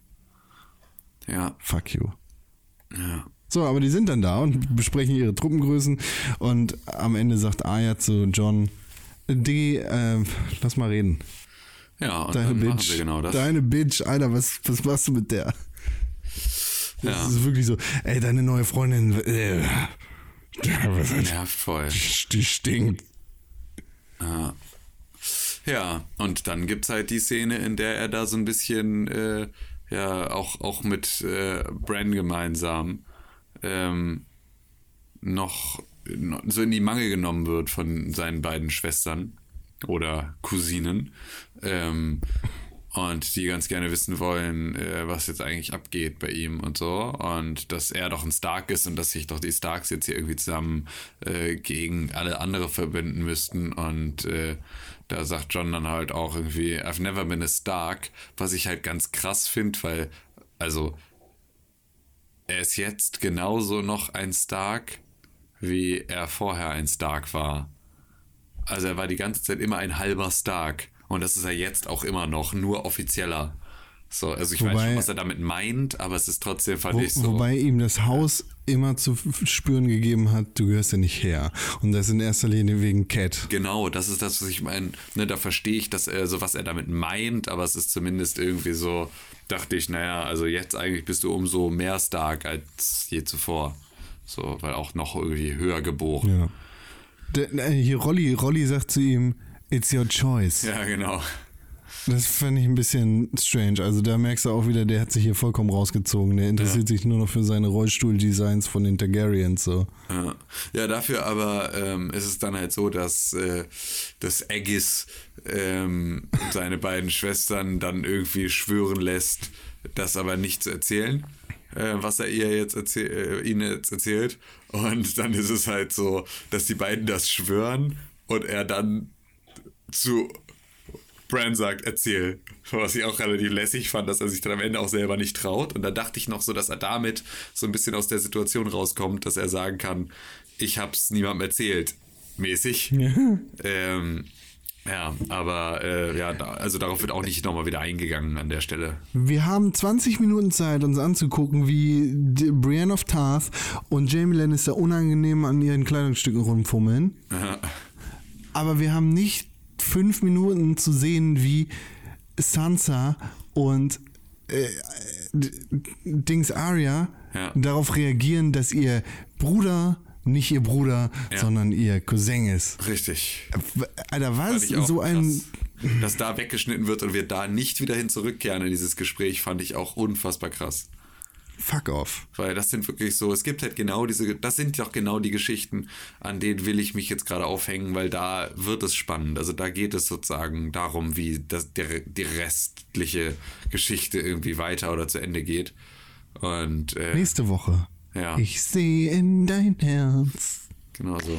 Ja, Fuck you. ja. So, aber die sind dann da und besprechen ihre Truppengrößen und am Ende sagt Arya zu John, Diggi, äh, lass mal reden. Ja, und Deine dann machen Bitch, sie genau das. deine Bitch, Alter, was, was machst du mit der? Das Ja. ist wirklich so, ey, deine neue Freundin, äh, was, Ja, voll. die stinkt. Ja. Ja, und dann gibt's halt die Szene, in der er da so ein bisschen, äh, ja, auch, auch mit äh, Bran gemeinsam ähm, noch, noch so in die Mangel genommen wird von seinen beiden Schwestern oder Cousinen. Ähm, und die ganz gerne wissen wollen, äh, was jetzt eigentlich abgeht bei ihm und so und dass er doch ein Stark ist und dass sich doch die Starks jetzt hier irgendwie zusammen äh, gegen alle andere verbünden müssten und äh, da sagt Jon dann halt auch irgendwie, I've never been a Stark, was ich halt ganz krass finde, weil, also er ist jetzt genauso noch ein Stark, wie er vorher ein Stark war. Also er war die ganze Zeit immer ein halber Stark. Und das ist er jetzt auch immer noch, nur offizieller. So, also ich wobei, weiß schon, was er damit meint, aber es ist trotzdem, fand wo, ich so. Wobei ihm das Haus immer zu spüren gegeben hat, du gehörst ja nicht her. Und das in erster Linie wegen Cat. Genau, das ist das, was ich meine. Ne, da verstehe ich, dass er so, was er damit meint, aber es ist zumindest irgendwie so, dachte ich, naja, also jetzt eigentlich bist du umso mehr Stark als je zuvor. So, weil auch noch irgendwie höher geboren. Ja. Der, hier Rolli, Rolli sagt zu ihm, it's your choice. Ja, genau. Das fand ich ein bisschen strange. Also da merkst du auch wieder, der hat sich hier vollkommen rausgezogen. Der interessiert ja. sich nur noch für seine Rollstuhl-Designs von den Targaryens. So. Ja. ja, dafür aber ähm, ist es dann halt so, dass, äh, dass Aegys ähm, seine beiden Schwestern dann irgendwie schwören lässt, das aber nicht zu erzählen, äh, was er ihr jetzt erzähl- äh, ihnen jetzt erzählt. Und dann ist es halt so, dass die beiden das schwören und er dann zu Bran sagt, erzähl. Was ich auch relativ lässig fand, dass er sich dann am Ende auch selber nicht traut. Und da dachte ich noch so, dass er damit so ein bisschen aus der Situation rauskommt, dass er sagen kann, ich hab's niemandem erzählt, mäßig. Ja, ähm, ja aber äh, ja, da, also darauf wird auch nicht nochmal wieder eingegangen an der Stelle. Wir haben zwanzig Minuten Zeit, uns anzugucken, wie Brienne of Tarth und Jaime Lannister unangenehm an ihren Kleidungsstücken rumfummeln. Ja. Aber wir haben nicht fünf Minuten zu sehen, wie Sansa und äh, Dings Arya ja. darauf reagieren, dass ihr Bruder nicht ihr Bruder, ja. sondern ihr Cousin ist. Richtig. Alter, was? So ein... Krass. Dass da weggeschnitten wird und wir da nicht wieder hin zurückkehren in dieses Gespräch, fand ich auch unfassbar krass. Fuck off. Weil das sind wirklich so, es gibt halt genau diese, das sind doch genau die Geschichten, an denen will ich mich jetzt gerade aufhängen, weil da wird es spannend. Also da geht es sozusagen darum, wie das, der, die restliche Geschichte irgendwie weiter oder zu Ende geht. Und äh, nächste Woche. Ja. Ich sehe in dein Herz. Genau so.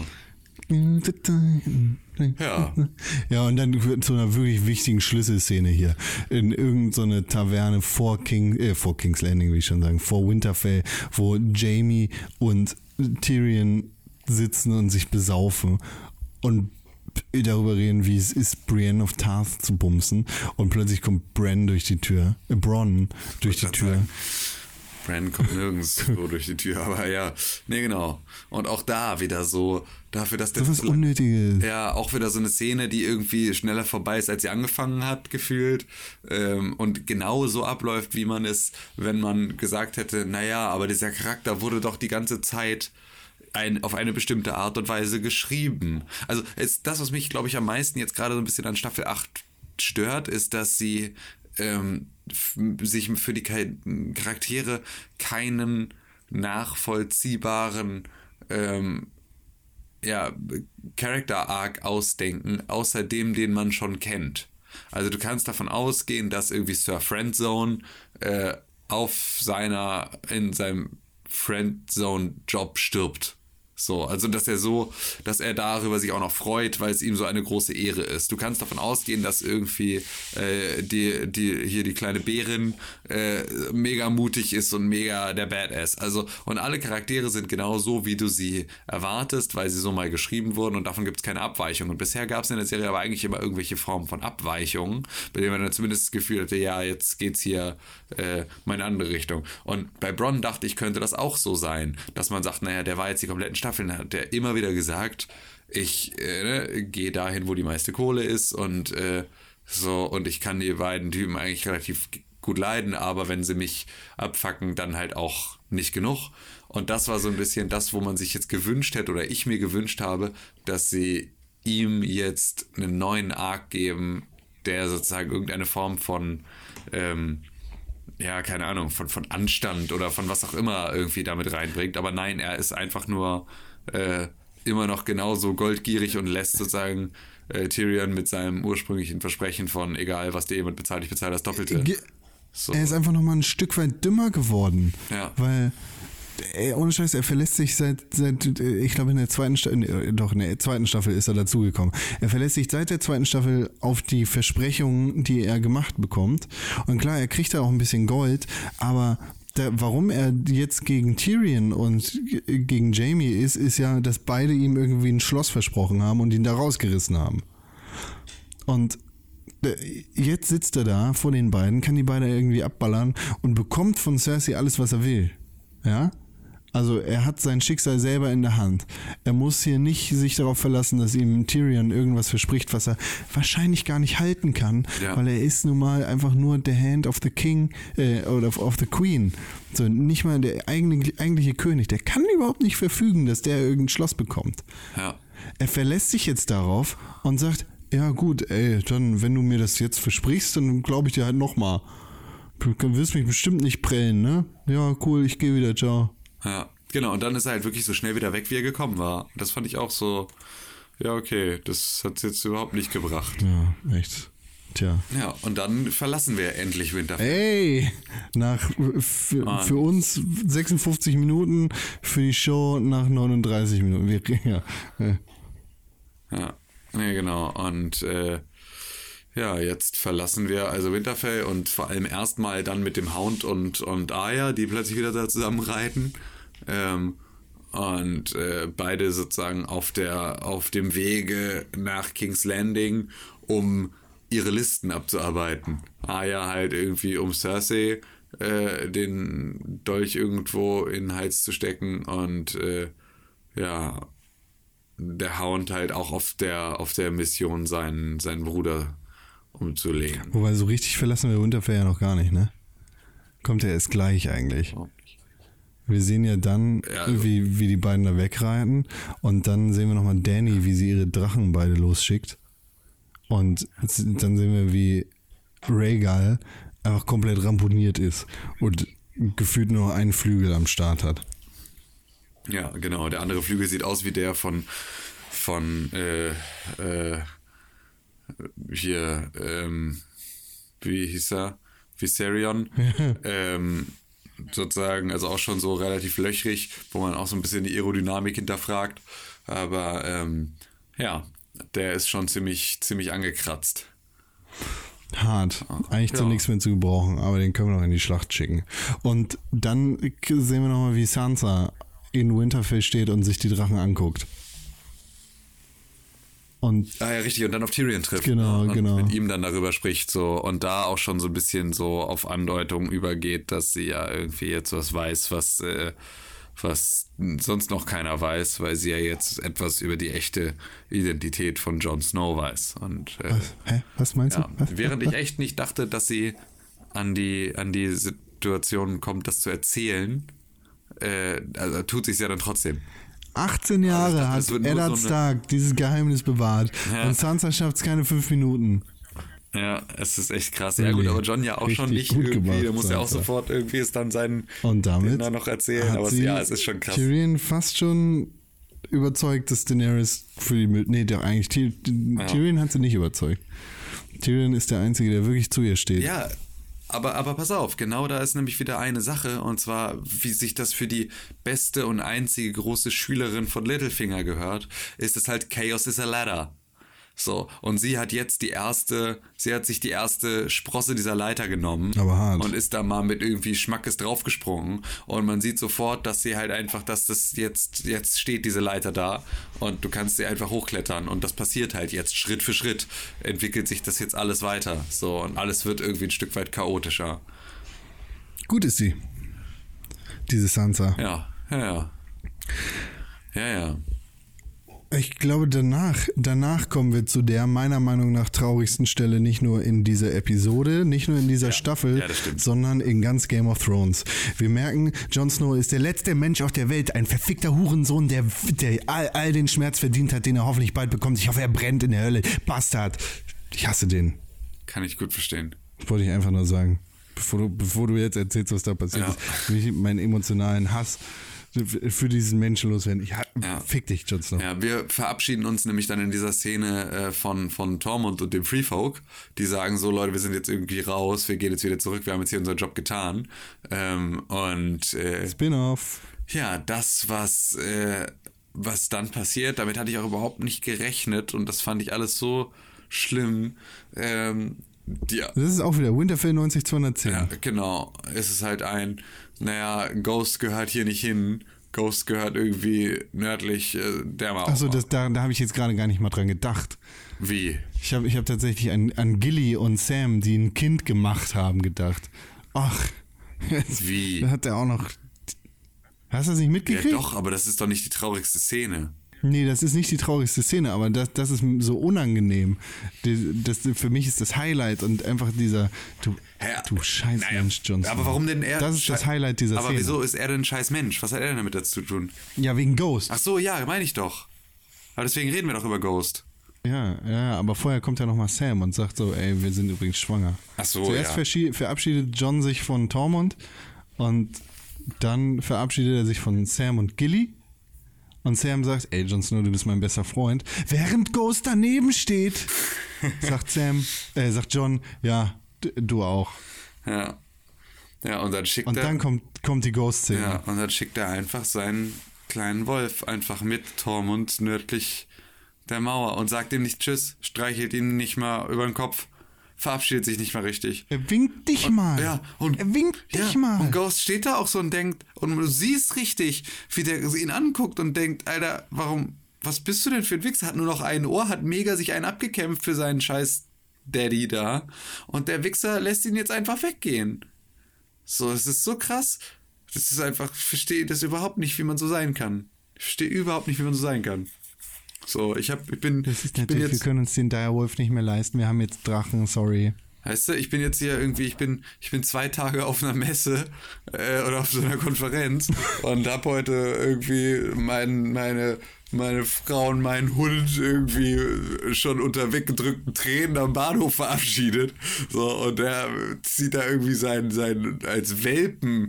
Ja. Ja, und dann zu einer wirklich wichtigen Schlüsselszene hier. In irgendeine so Taverne vor King, äh, vor King's Landing, will ich schon sagen, vor Winterfell, wo Jaime und Tyrion sitzen und sich besaufen und darüber reden, wie es ist, Brienne of Tarth zu bumsen. Und plötzlich kommt Bran durch die Tür. Äh, Bronn durch die Tür. Sagen. Bran kommt nirgends so durch die Tür, aber ja, nee, genau. Und auch da wieder so, dafür, dass der... So was Unnötiges. Ja, auch wieder so eine Szene, die irgendwie schneller vorbei ist, als sie angefangen hat, gefühlt. Ähm, und genau so abläuft, wie man es, wenn man gesagt hätte, naja, aber dieser Charakter wurde doch die ganze Zeit ein, auf eine bestimmte Art und Weise geschrieben. Also ist das, was mich, glaube ich, am meisten jetzt gerade so ein bisschen an Staffel acht stört, ist, dass sie... Ähm, sich für die Charaktere keinen nachvollziehbaren ähm, ja, Character Arc ausdenken, außer dem, den man schon kennt. Also du kannst davon ausgehen, dass irgendwie Sir Friendzone äh, auf seiner, in seinem Friendzone-Job stirbt. So, also dass er so, dass er darüber sich auch noch freut, weil es ihm so eine große Ehre ist. Du kannst davon ausgehen, dass irgendwie äh, die, die, hier die kleine Bärin äh, mega mutig ist und mega der Badass. Also, und alle Charaktere sind genau so, wie du sie erwartest, weil sie so mal geschrieben wurden und davon gibt es keine Abweichung. Und bisher gab es in der Serie aber eigentlich immer irgendwelche Formen von Abweichungen, bei denen man dann zumindest das Gefühl hatte, ja, jetzt geht's hier äh, mal in eine andere Richtung. Und bei Bronn dachte ich, könnte das auch so sein, dass man sagt, naja, der war jetzt die kompletten Staffeln, hat der immer wieder gesagt, ich äh, ne, gehe dahin, wo die meiste Kohle ist und äh, so, und ich kann die beiden Typen eigentlich relativ gut leiden, aber wenn sie mich abfacken, dann halt auch nicht genug. Und das war so ein bisschen das, wo man sich jetzt gewünscht hätte oder ich mir gewünscht habe, dass sie ihm jetzt einen neuen Arc geben, der sozusagen irgendeine Form von ähm, ja, keine Ahnung, von, von Anstand oder von was auch immer irgendwie damit reinbringt. Aber nein, er ist einfach nur äh, immer noch genauso goldgierig und lässt sozusagen äh, Tyrion mit seinem ursprünglichen Versprechen von egal, was dir jemand bezahlt, ich bezahle das Doppelte. Ge- So. Er ist einfach nochmal ein Stück weit dümmer geworden. Ja. Weil, ey, ohne Scheiß, er verlässt sich seit, seit ich glaube in der zweiten Staffel, nee, doch in der zweiten Staffel ist er dazugekommen. Er verlässt sich seit der zweiten Staffel auf die Versprechungen, die er gemacht bekommt. Und klar, er kriegt da auch ein bisschen Gold, aber da, warum er jetzt gegen Tyrion und gegen Jaime ist, ist ja, dass beide ihm irgendwie ein Schloss versprochen haben und ihn da rausgerissen haben. Und jetzt sitzt er da vor den beiden, kann die beiden irgendwie abballern und bekommt von Cersei alles, was er will. Ja? Also er hat sein Schicksal selber in der Hand. Er muss hier nicht sich darauf verlassen, dass ihm Tyrion irgendwas verspricht, was er wahrscheinlich gar nicht halten kann, Ja. weil er ist nun mal einfach nur the hand of the king äh, oder of, of the queen. So, nicht mal der eigentliche, eigentliche König. Der kann überhaupt nicht verfügen, dass der irgendein Schloss bekommt. Ja. Er verlässt sich jetzt darauf und sagt, ja gut, ey, dann, wenn du mir das jetzt versprichst, dann glaube ich dir halt nochmal. Du wirst mich bestimmt nicht prellen, ne? Ja, cool, ich gehe wieder, ciao. Ja, genau. Und dann ist er halt wirklich so schnell wieder weg, wie er gekommen war. Das fand ich auch so, ja, okay, das hat es jetzt überhaupt nicht gebracht. Ja, echt. Tja. Ja, und dann verlassen wir endlich Winterfell. Ey, nach für, Mann. für uns sechsundfünfzig Minuten, für die Show nach neununddreißig Minuten. Wir, ja. Ja, nee, genau. Und äh, ja, jetzt verlassen wir also Winterfell und vor allem erstmal dann mit dem Hound und, und Arya, die plötzlich wieder da zusammen reiten. Ähm, und äh, beide sozusagen auf der auf dem Wege nach King's Landing, um ihre Listen abzuarbeiten. Arya halt irgendwie um Cersei äh, den Dolch irgendwo in den Hals zu stecken und äh, ja, der Hound halt auch auf der auf der Mission seinen, seinen Bruder umzulegen. Wobei so richtig verlassen wir Winterfell ja noch gar nicht, ne? Kommt ja erst gleich eigentlich. Wir sehen ja dann, Ja, also- wie, wie die beiden da wegreiten und dann sehen wir nochmal Dany, wie sie ihre Drachen beide losschickt. Und dann sehen wir, wie Rhaegal einfach komplett ramponiert ist und gefühlt nur einen Flügel am Start hat. Ja, genau. Der andere Flügel sieht aus wie der von von äh, äh, hier, ähm, wie hieß er? Viserion. ähm, sozusagen, also auch schon so relativ löchrig, wo man auch so ein bisschen die Aerodynamik hinterfragt. Aber ähm, ja, der ist schon ziemlich, ziemlich angekratzt. Hart. Eigentlich zu Ja. nichts mehr zu gebrauchen, aber den können wir noch in die Schlacht schicken. Und dann sehen wir nochmal, wie Sansa in Winterfell steht und sich die Drachen anguckt. Und Ah ja, richtig, und dann auf Tyrion trifft. Genau, ne? Und genau. mit ihm dann darüber spricht so und da auch schon so ein bisschen so auf Andeutungen übergeht, dass sie ja irgendwie jetzt was weiß, was, äh, was sonst noch keiner weiß, weil sie ja jetzt etwas über die echte Identität von Jon Snow weiß. Und äh, was, hä? Was meinst ja, du? Was? während ich echt nicht dachte, dass sie an die, an die Situation kommt, das zu erzählen, äh, also tut sich ja dann trotzdem. achtzehn Jahre dachte, es hat wird nur Eddard so eine- Stark dieses Geheimnis bewahrt Ja. und Sansa schafft es keine fünf Minuten. Ja, es ist echt krass. Ja gut, aber John ja auch schon Richtig nicht gut irgendwie, gemacht, der muss ja auch Sansa. sofort irgendwie es dann seinen Und damit Kindern noch erzählen, hat aber es, sie ja, es ist schon krass. Tyrion fast schon überzeugt, dass Daenerys für die Mil- nee, doch eigentlich Ty Tyrion hat sie nicht überzeugt. Tyrion ist der Einzige, der wirklich zu ihr steht. Ja, aber, aber pass auf, genau da ist nämlich wieder eine Sache, und zwar, wie sich das für die beste und einzige große Schülerin von Littlefinger gehört, ist es halt Chaos is a Ladder. So, und sie hat jetzt die erste, sie hat sich die erste Sprosse dieser Leiter genommen. Aber hart. Und ist da mal mit irgendwie Schmackes draufgesprungen. Und man sieht sofort, dass sie halt einfach, dass das jetzt, jetzt steht diese Leiter da und du kannst sie einfach hochklettern. Und das passiert halt jetzt Schritt für Schritt. Entwickelt sich das jetzt alles weiter. So, und alles wird irgendwie ein Stück weit chaotischer. Gut ist sie. Diese Sansa. Ja, ja, ja. Ja, ja. Ich glaube, danach, danach kommen wir zu der meiner Meinung nach traurigsten Stelle, nicht nur in dieser Episode, nicht nur in dieser Staffel, ja, das stimmt. sondern in ganz Game of Thrones. Wir merken, Jon Snow ist der letzte Mensch auf der Welt, ein verfickter Hurensohn, der, der all, all den Schmerz verdient hat, den er hoffentlich bald bekommt. Ich hoffe, er brennt in der Hölle. Bastard. Ich hasse den. Kann ich gut verstehen. Wollte ich einfach nur sagen. Bevor du, bevor du jetzt erzählst, was da passiert Ja. ist, will ich meinen emotionalen Hass für diesen Menschen loswerden. Ich, ja. Fick dich, Jon Snow. Ja, wir verabschieden uns nämlich dann in dieser Szene äh, von, von Tormund und dem Free Folk, die sagen so, Leute, wir sind jetzt irgendwie raus, wir gehen jetzt wieder zurück, wir haben jetzt hier unseren Job getan. Ähm, und äh, Spin-off. Ja, das, was, äh, was dann passiert, damit hatte ich auch überhaupt nicht gerechnet und das fand ich alles so schlimm. Ähm, die, das ist auch wieder Winterfell neunzig zweihundertzehn. Ja, genau. Es ist halt ein, naja, Ghost gehört hier nicht hin. Ghost gehört irgendwie nördlich äh, der Mauer. Achso, da, da habe ich jetzt gerade gar nicht mal dran gedacht. Wie? Ich habe ich hab tatsächlich an, an Gilly und Sam, die ein Kind gemacht haben, gedacht. Ach, wie? Da hat er auch noch... Hast du das nicht mitgekriegt? Ja doch, aber das ist doch nicht die traurigste Szene. Nee, das ist nicht die traurigste Szene, aber das, das ist so unangenehm. Das, das, für mich ist das Highlight und einfach dieser, du, Hä? du scheiß Naja, Mensch, Johnson. aber warum denn er? Das ist das Highlight dieser aber Szene. Aber wieso ist er denn ein scheiß Mensch? Was hat er denn damit dazu zu tun? Ja, wegen Ghost. Ach so, ja, meine ich doch. Aber deswegen reden wir doch über Ghost. Ja, ja, aber vorher kommt ja nochmal Sam und sagt so, ey, wir sind übrigens schwanger. Ach so, Zuerst ja. verabschiedet Jon sich von Tormund und dann verabschiedet er sich von Sam und Gilly. Und Sam sagt, ey, Jon Snow, du bist mein bester Freund. Während Ghost daneben steht, sagt Sam, äh, sagt Jon, ja, d- du auch. Ja. Ja, und dann schickt und er... Und dann kommt, kommt die Ghost-Szene. Ja, und dann schickt er einfach seinen kleinen Wolf einfach mit Tormund nördlich der Mauer und sagt ihm nicht Tschüss, streichelt ihn nicht mal über den Kopf, verabschiedet sich nicht mal richtig. Er winkt dich und, mal. Ja, und, er winkt ja, dich mal. Und Ghost steht da auch so und denkt, und du siehst richtig, wie der ihn anguckt und denkt, Alter, warum, was bist du denn für ein Wichser? Hat nur noch ein Ohr, hat mega sich einen abgekämpft für seinen scheiß Daddy da. Und der Wichser lässt ihn jetzt einfach weggehen. So, es ist so krass. Das ist einfach, ich verstehe das überhaupt nicht, wie man so sein kann. Ich verstehe überhaupt nicht, wie man so sein kann. So, ich hab, ich bin, das ist ich bin natürlich, jetzt, wir können uns den Direwolf nicht mehr leisten. Wir haben jetzt Drachen, sorry. Weißt du, ich bin jetzt hier irgendwie, ich bin, ich bin zwei Tage auf einer Messe äh, oder auf so einer Konferenz und hab heute irgendwie mein, meine, meine Frau und meinen Hund irgendwie schon unter weggedrückten Tränen am Bahnhof verabschiedet. So, und der zieht da irgendwie seinen, seinen als Welpen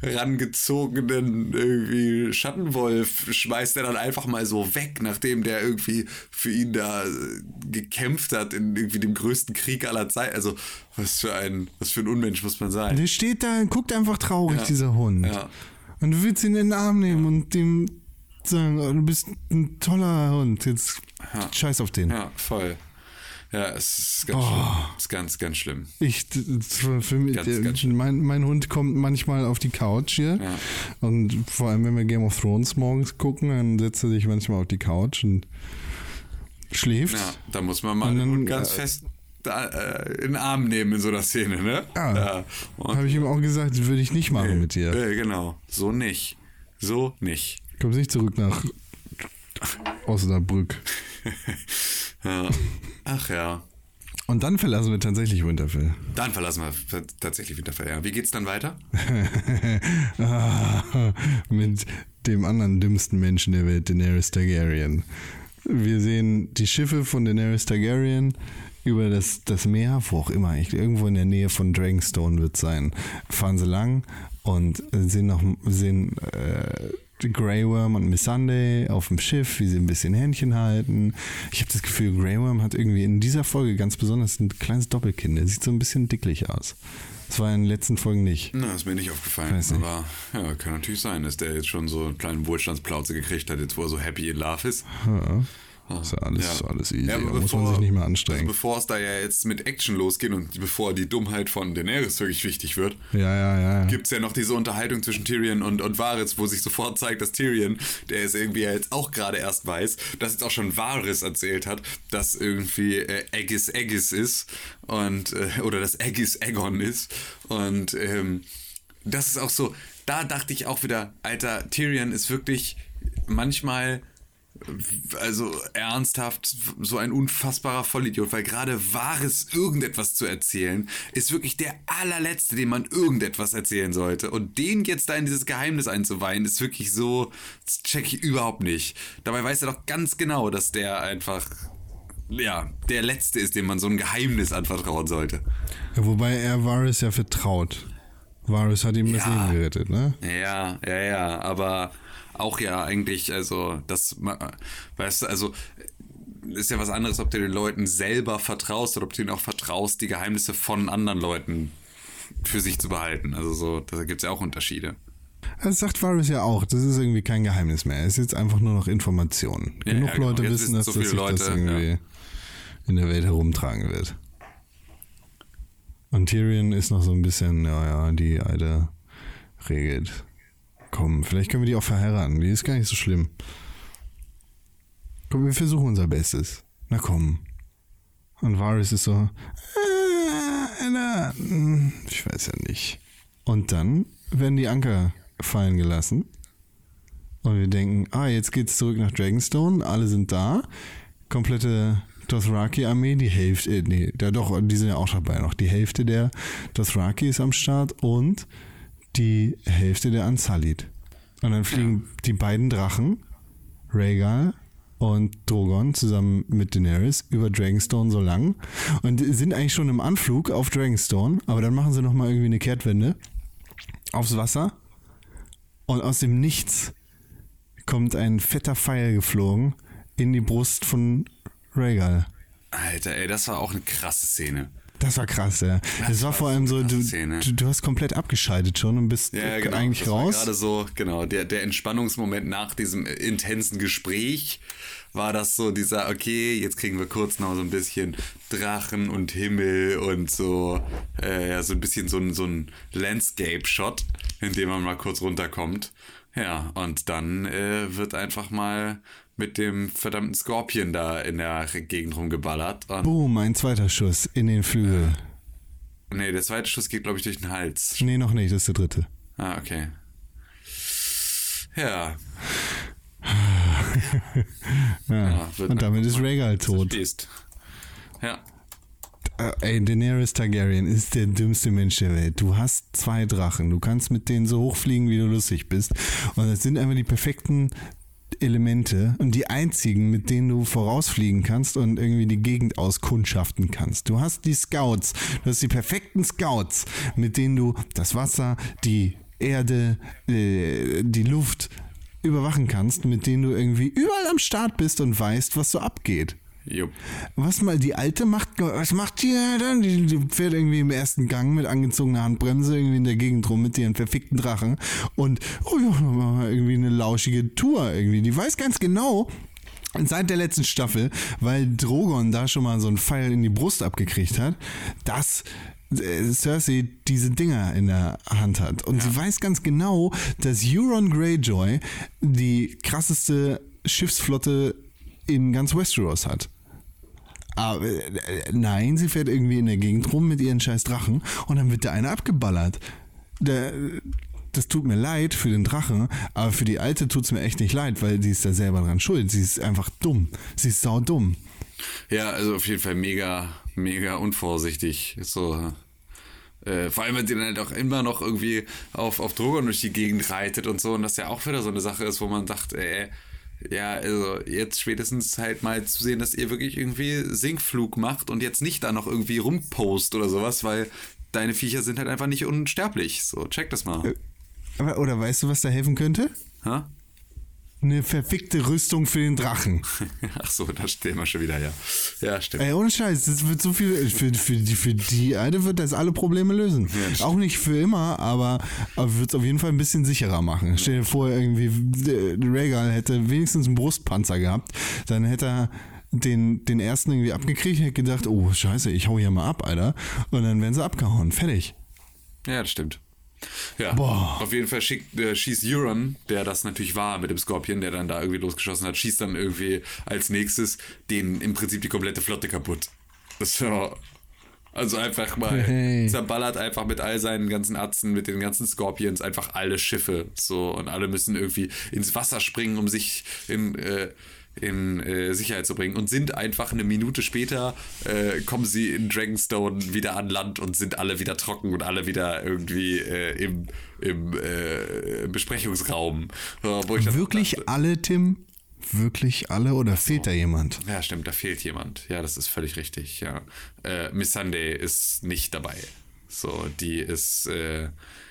rangezogenen irgendwie Schattenwolf, schmeißt er dann einfach mal so weg, nachdem der irgendwie für ihn da gekämpft hat in irgendwie dem größten Krieg aller Zeiten. Also was für ein, was für ein Unmensch muss man sein. Der steht da und guckt einfach traurig, ja. dieser Hund. Ja. Und du willst ihn in den Arm nehmen ja. und dem sagen, oh, du bist ein toller Hund, jetzt ja. scheiß auf den. Ja, voll. Ja, es ist ganz oh. schlimm. Es ist ganz, ganz schlimm. Ich, für, für mich, ganz, der, ganz schlimm. Mein, mein Hund kommt manchmal auf die Couch hier. Ja. Und vor allem, wenn wir Game of Thrones morgens gucken, dann setzt er sich manchmal auf die Couch und schläft. Ja, da muss man mal dann, den Hund ganz äh, fest da, äh, in den Arm nehmen in so einer Szene, ne? Ja. ja. Habe ich ihm auch gesagt, würde ich nicht machen nee, mit dir. Nee, genau. So nicht. So nicht. Kommst nicht zurück nach Osnabrück. Ja. Ach ja. Und dann verlassen wir tatsächlich Winterfell. Dann verlassen wir tatsächlich Winterfell, ja. Wie geht's dann weiter? ah, mit dem anderen dümmsten Menschen der Welt, Daenerys Targaryen. Wir sehen die Schiffe von Daenerys Targaryen über das, das Meer, wo auch immer, irgendwo in der Nähe von Dragonstone wird es sein, fahren sie lang und sehen noch sehen äh, Grey Worm und Missandei auf dem Schiff, wie sie ein bisschen Händchen halten. Ich habe das Gefühl, Grey Worm hat irgendwie in dieser Folge ganz besonders ein kleines Doppelkinn. Der sieht so ein bisschen dicklich aus. Das war in den letzten Folgen nicht. Na, ist mir nicht aufgefallen. Weiß nicht. Aber ja, kann natürlich sein, dass der jetzt schon so einen kleinen Wohlstandsplauze gekriegt hat, jetzt wo er so happy in love ist. Ja. Das ist ja alles, ja. alles easy, ja, da muss man sich nicht mehr anstrengen. Also bevor es da ja jetzt mit Action losgeht und bevor die Dummheit von Daenerys wirklich wichtig wird, ja, ja, ja. gibt es ja noch diese Unterhaltung zwischen Tyrion und, und Varys, wo sich sofort zeigt, dass Tyrion, der es irgendwie jetzt auch gerade erst weiß, dass jetzt auch schon Varys erzählt hat, dass irgendwie äh, Aegis Aegis ist und äh, oder dass Aegis Aegon ist und ähm, das ist auch so, da dachte ich auch wieder, Alter, Tyrion ist wirklich manchmal also ernsthaft so ein unfassbarer Vollidiot, weil gerade Varys irgendetwas zu erzählen, ist wirklich der allerletzte, dem man irgendetwas erzählen sollte. Und den jetzt da in dieses Geheimnis einzuweihen, ist wirklich so, das check ich überhaupt nicht. Dabei weiß er doch ganz genau, dass der einfach, ja, der Letzte ist, dem man so ein Geheimnis anvertrauen sollte. Ja, wobei er Varys ja vertraut. Varys hat ihm das Ja. Leben gerettet, ne? Ja, ja, ja, aber auch ja eigentlich, also das, weißt du, also ist ja was anderes, ob du den Leuten selber vertraust oder ob du ihnen auch vertraust, die Geheimnisse von anderen Leuten für sich zu behalten. Also so, da gibt es ja auch Unterschiede. Das sagt Varys ja auch, das ist irgendwie kein Geheimnis mehr. Es ist jetzt einfach nur noch Information. Ja, Genug ja, genau. Leute Jetzt wissen, wissen dass, so dass viele sich Leute, das irgendwie ja. in der Welt herumtragen wird. Und Tyrion ist noch so ein bisschen, ja, ja, die Alte regelt. Komm, vielleicht können wir die auch verheiraten. Die ist gar nicht so schlimm. Komm, wir versuchen unser Bestes. Na komm. Und Varys ist so, äh, na, ich weiß ja nicht. Und dann werden die Anker fallen gelassen. Und wir denken, ah, jetzt geht's zurück nach Dragonstone. Alle sind da. Komplette Dothraki-Armee, die Hälfte, äh, nee, ja doch, die sind ja auch dabei noch. Die Hälfte der Dothraki ist am Start und die Hälfte der Unsullied. Und dann fliegen ja. die beiden Drachen, Rhaegal und Drogon, zusammen mit Daenerys über Dragonstone so lang und sind eigentlich schon im Anflug auf Dragonstone, aber dann machen sie nochmal irgendwie eine Kehrtwende aufs Wasser und aus dem Nichts kommt ein fetter Pfeil geflogen in die Brust von Rhaegal. Alter, ey, das war auch eine krasse Szene. Das war krass, ja. Das, das war, war vor allem so, du, du, du hast komplett abgeschaltet schon und bist ja, genau, eigentlich das raus. War gerade so, genau, der, der Entspannungsmoment nach diesem intensen Gespräch war das so dieser, okay, jetzt kriegen wir kurz noch so ein bisschen Drachen und Himmel und so, äh, ja, so ein bisschen so ein, so ein Landscape-Shot, in dem man mal kurz runterkommt. Ja, und dann äh, wird einfach mal mit dem verdammten Skorpion da in der Gegend rumgeballert. Und Boom, ein zweiter Schuss in den Flügel. Nee, der zweite Schuss geht, glaube ich, durch den Hals. Nee, noch nicht, das ist der dritte. Ah, okay. Ja. ja. ja und damit ist Rhaegal tot. Ja. Ey, Daenerys Targaryen ist der dümmste Mensch der Welt. Du hast zwei Drachen. Du kannst mit denen so hochfliegen, wie du lustig bist. Und das sind einfach die perfekten Elemente und die einzigen, mit denen du vorausfliegen kannst und irgendwie die Gegend auskundschaften kannst. Du hast die Scouts, du hast die perfekten Scouts, mit denen du das Wasser, die Erde, äh, die Luft überwachen kannst, mit denen du irgendwie überall am Start bist und weißt, was so abgeht. Jupp. Was mal die Alte macht, was macht die dann? Die, die fährt irgendwie im ersten Gang mit angezogener Handbremse irgendwie in der Gegend rum mit ihren verfickten Drachen und oh ja, irgendwie eine lauschige Tour irgendwie. Die weiß ganz genau, seit der letzten Staffel, weil Drogon da schon mal so einen Pfeil in die Brust abgekriegt hat, dass Cersei diese Dinger in der Hand hat. Und ja. sie weiß ganz genau, dass Euron Greyjoy die krasseste Schiffsflotte in ganz Westeros hat. Aber äh, nein, sie fährt irgendwie in der Gegend rum mit ihren scheiß Drachen und dann wird da einer abgeballert. Der, das tut mir leid für den Drachen, aber für die Alte tut es mir echt nicht leid, weil sie ist da selber dran schuld. Sie ist einfach dumm. Sie ist saudumm. Ja, also auf jeden Fall mega, mega unvorsichtig. So, äh, vor allem, wenn sie dann halt auch immer noch irgendwie auf, auf Drogon durch die Gegend reitet und so und das ja auch wieder so eine Sache ist, wo man sagt, äh, ja, also jetzt spätestens halt mal zu sehen, dass ihr wirklich irgendwie Sinkflug macht und jetzt nicht da noch irgendwie rumpost oder sowas, weil deine Viecher sind halt einfach nicht unsterblich. So, check das mal. Aber, oder weißt du, was da helfen könnte? Ha? Eine verfickte Rüstung für den Drachen. Ach so, da stehen wir schon wieder, ja. Ja, stimmt. Ey, ohne Scheiß, das wird so viel, für, für, die, für die Alte wird das alle Probleme lösen. Ja, auch nicht für immer, aber, aber wird es auf jeden Fall ein bisschen sicherer machen. Ja. Stell dir vor, irgendwie Rhaegal hätte wenigstens einen Brustpanzer gehabt, dann hätte er den, den ersten irgendwie abgekriegt, hätte gedacht, oh scheiße, ich hau hier mal ab, Alter. Und dann werden sie abgehauen, fertig. Ja, das stimmt. Ja, Boah. Auf jeden Fall schickt, äh, schießt Euron, der das natürlich war mit dem Skorpion, der dann da irgendwie losgeschossen hat, schießt dann irgendwie als nächstes den im Prinzip die komplette Flotte kaputt. Das war also einfach mal hey. zerballert einfach mit all seinen ganzen Atzen, mit den ganzen Scorpions einfach alle Schiffe so und alle müssen irgendwie ins Wasser springen, um sich in äh, in äh, Sicherheit zu bringen und sind einfach eine Minute später äh, kommen sie in Dragonstone wieder an Land und sind alle wieder trocken und alle wieder irgendwie äh, im, im äh, Besprechungsraum. Wo ich Wirklich dachte, alle, Tim? Wirklich alle oder so. Fehlt da jemand? Ja, stimmt, da fehlt jemand. Ja, das ist völlig richtig, ja. Äh, Missandei ist nicht dabei. So, die ist äh,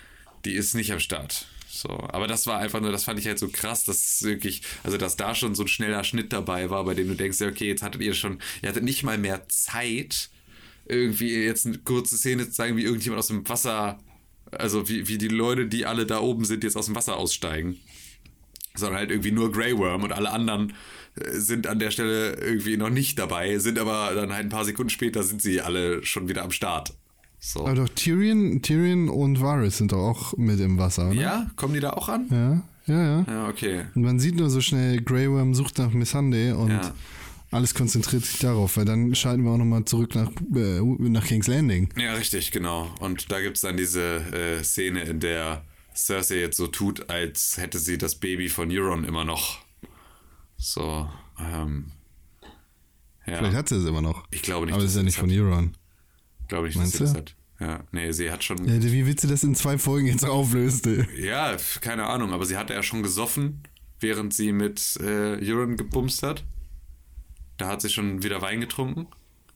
die ist nicht am Start. So, aber das war einfach nur, das fand ich halt so krass, dass wirklich, also dass da schon so ein schneller Schnitt dabei war, bei dem du denkst, ja, okay, jetzt hattet ihr schon, ihr hattet nicht mal mehr Zeit, irgendwie jetzt eine kurze Szene zu zeigen, wie irgendjemand aus dem Wasser, also wie, wie die Leute, die alle da oben sind, jetzt aus dem Wasser aussteigen. Sondern halt irgendwie nur Grey Worm und alle anderen sind an der Stelle irgendwie noch nicht dabei, sind aber dann halt ein paar Sekunden später sind sie alle schon wieder am Start. So. Aber doch Tyrion, Tyrion und Varys sind doch auch mit im Wasser, oder? Ja? Kommen die da auch an? Ja, ja, ja. Ja, okay. Und man sieht nur so schnell, Grey Worm sucht nach Missandei und Ja. alles konzentriert sich darauf, weil dann schalten wir auch nochmal zurück nach, äh, nach King's Landing. Ja, richtig, genau. Und da gibt es dann diese äh, Szene, in der Cersei jetzt so tut, als hätte sie das Baby von Euron immer noch. So, ähm. Ja. Vielleicht hat sie es immer noch. Ich glaube nicht, aber es ist ja sie nicht das von hat. Euron. Glaube nicht, Meinst dass sie das du? hat. Ja, nee, sie hat schon. Ja, wie willst du das in zwei Folgen jetzt auflösen? Ja, f- keine Ahnung, aber sie hatte ja schon gesoffen, während sie mit äh, Euron gebumst hat. Da hat sie schon wieder Wein getrunken.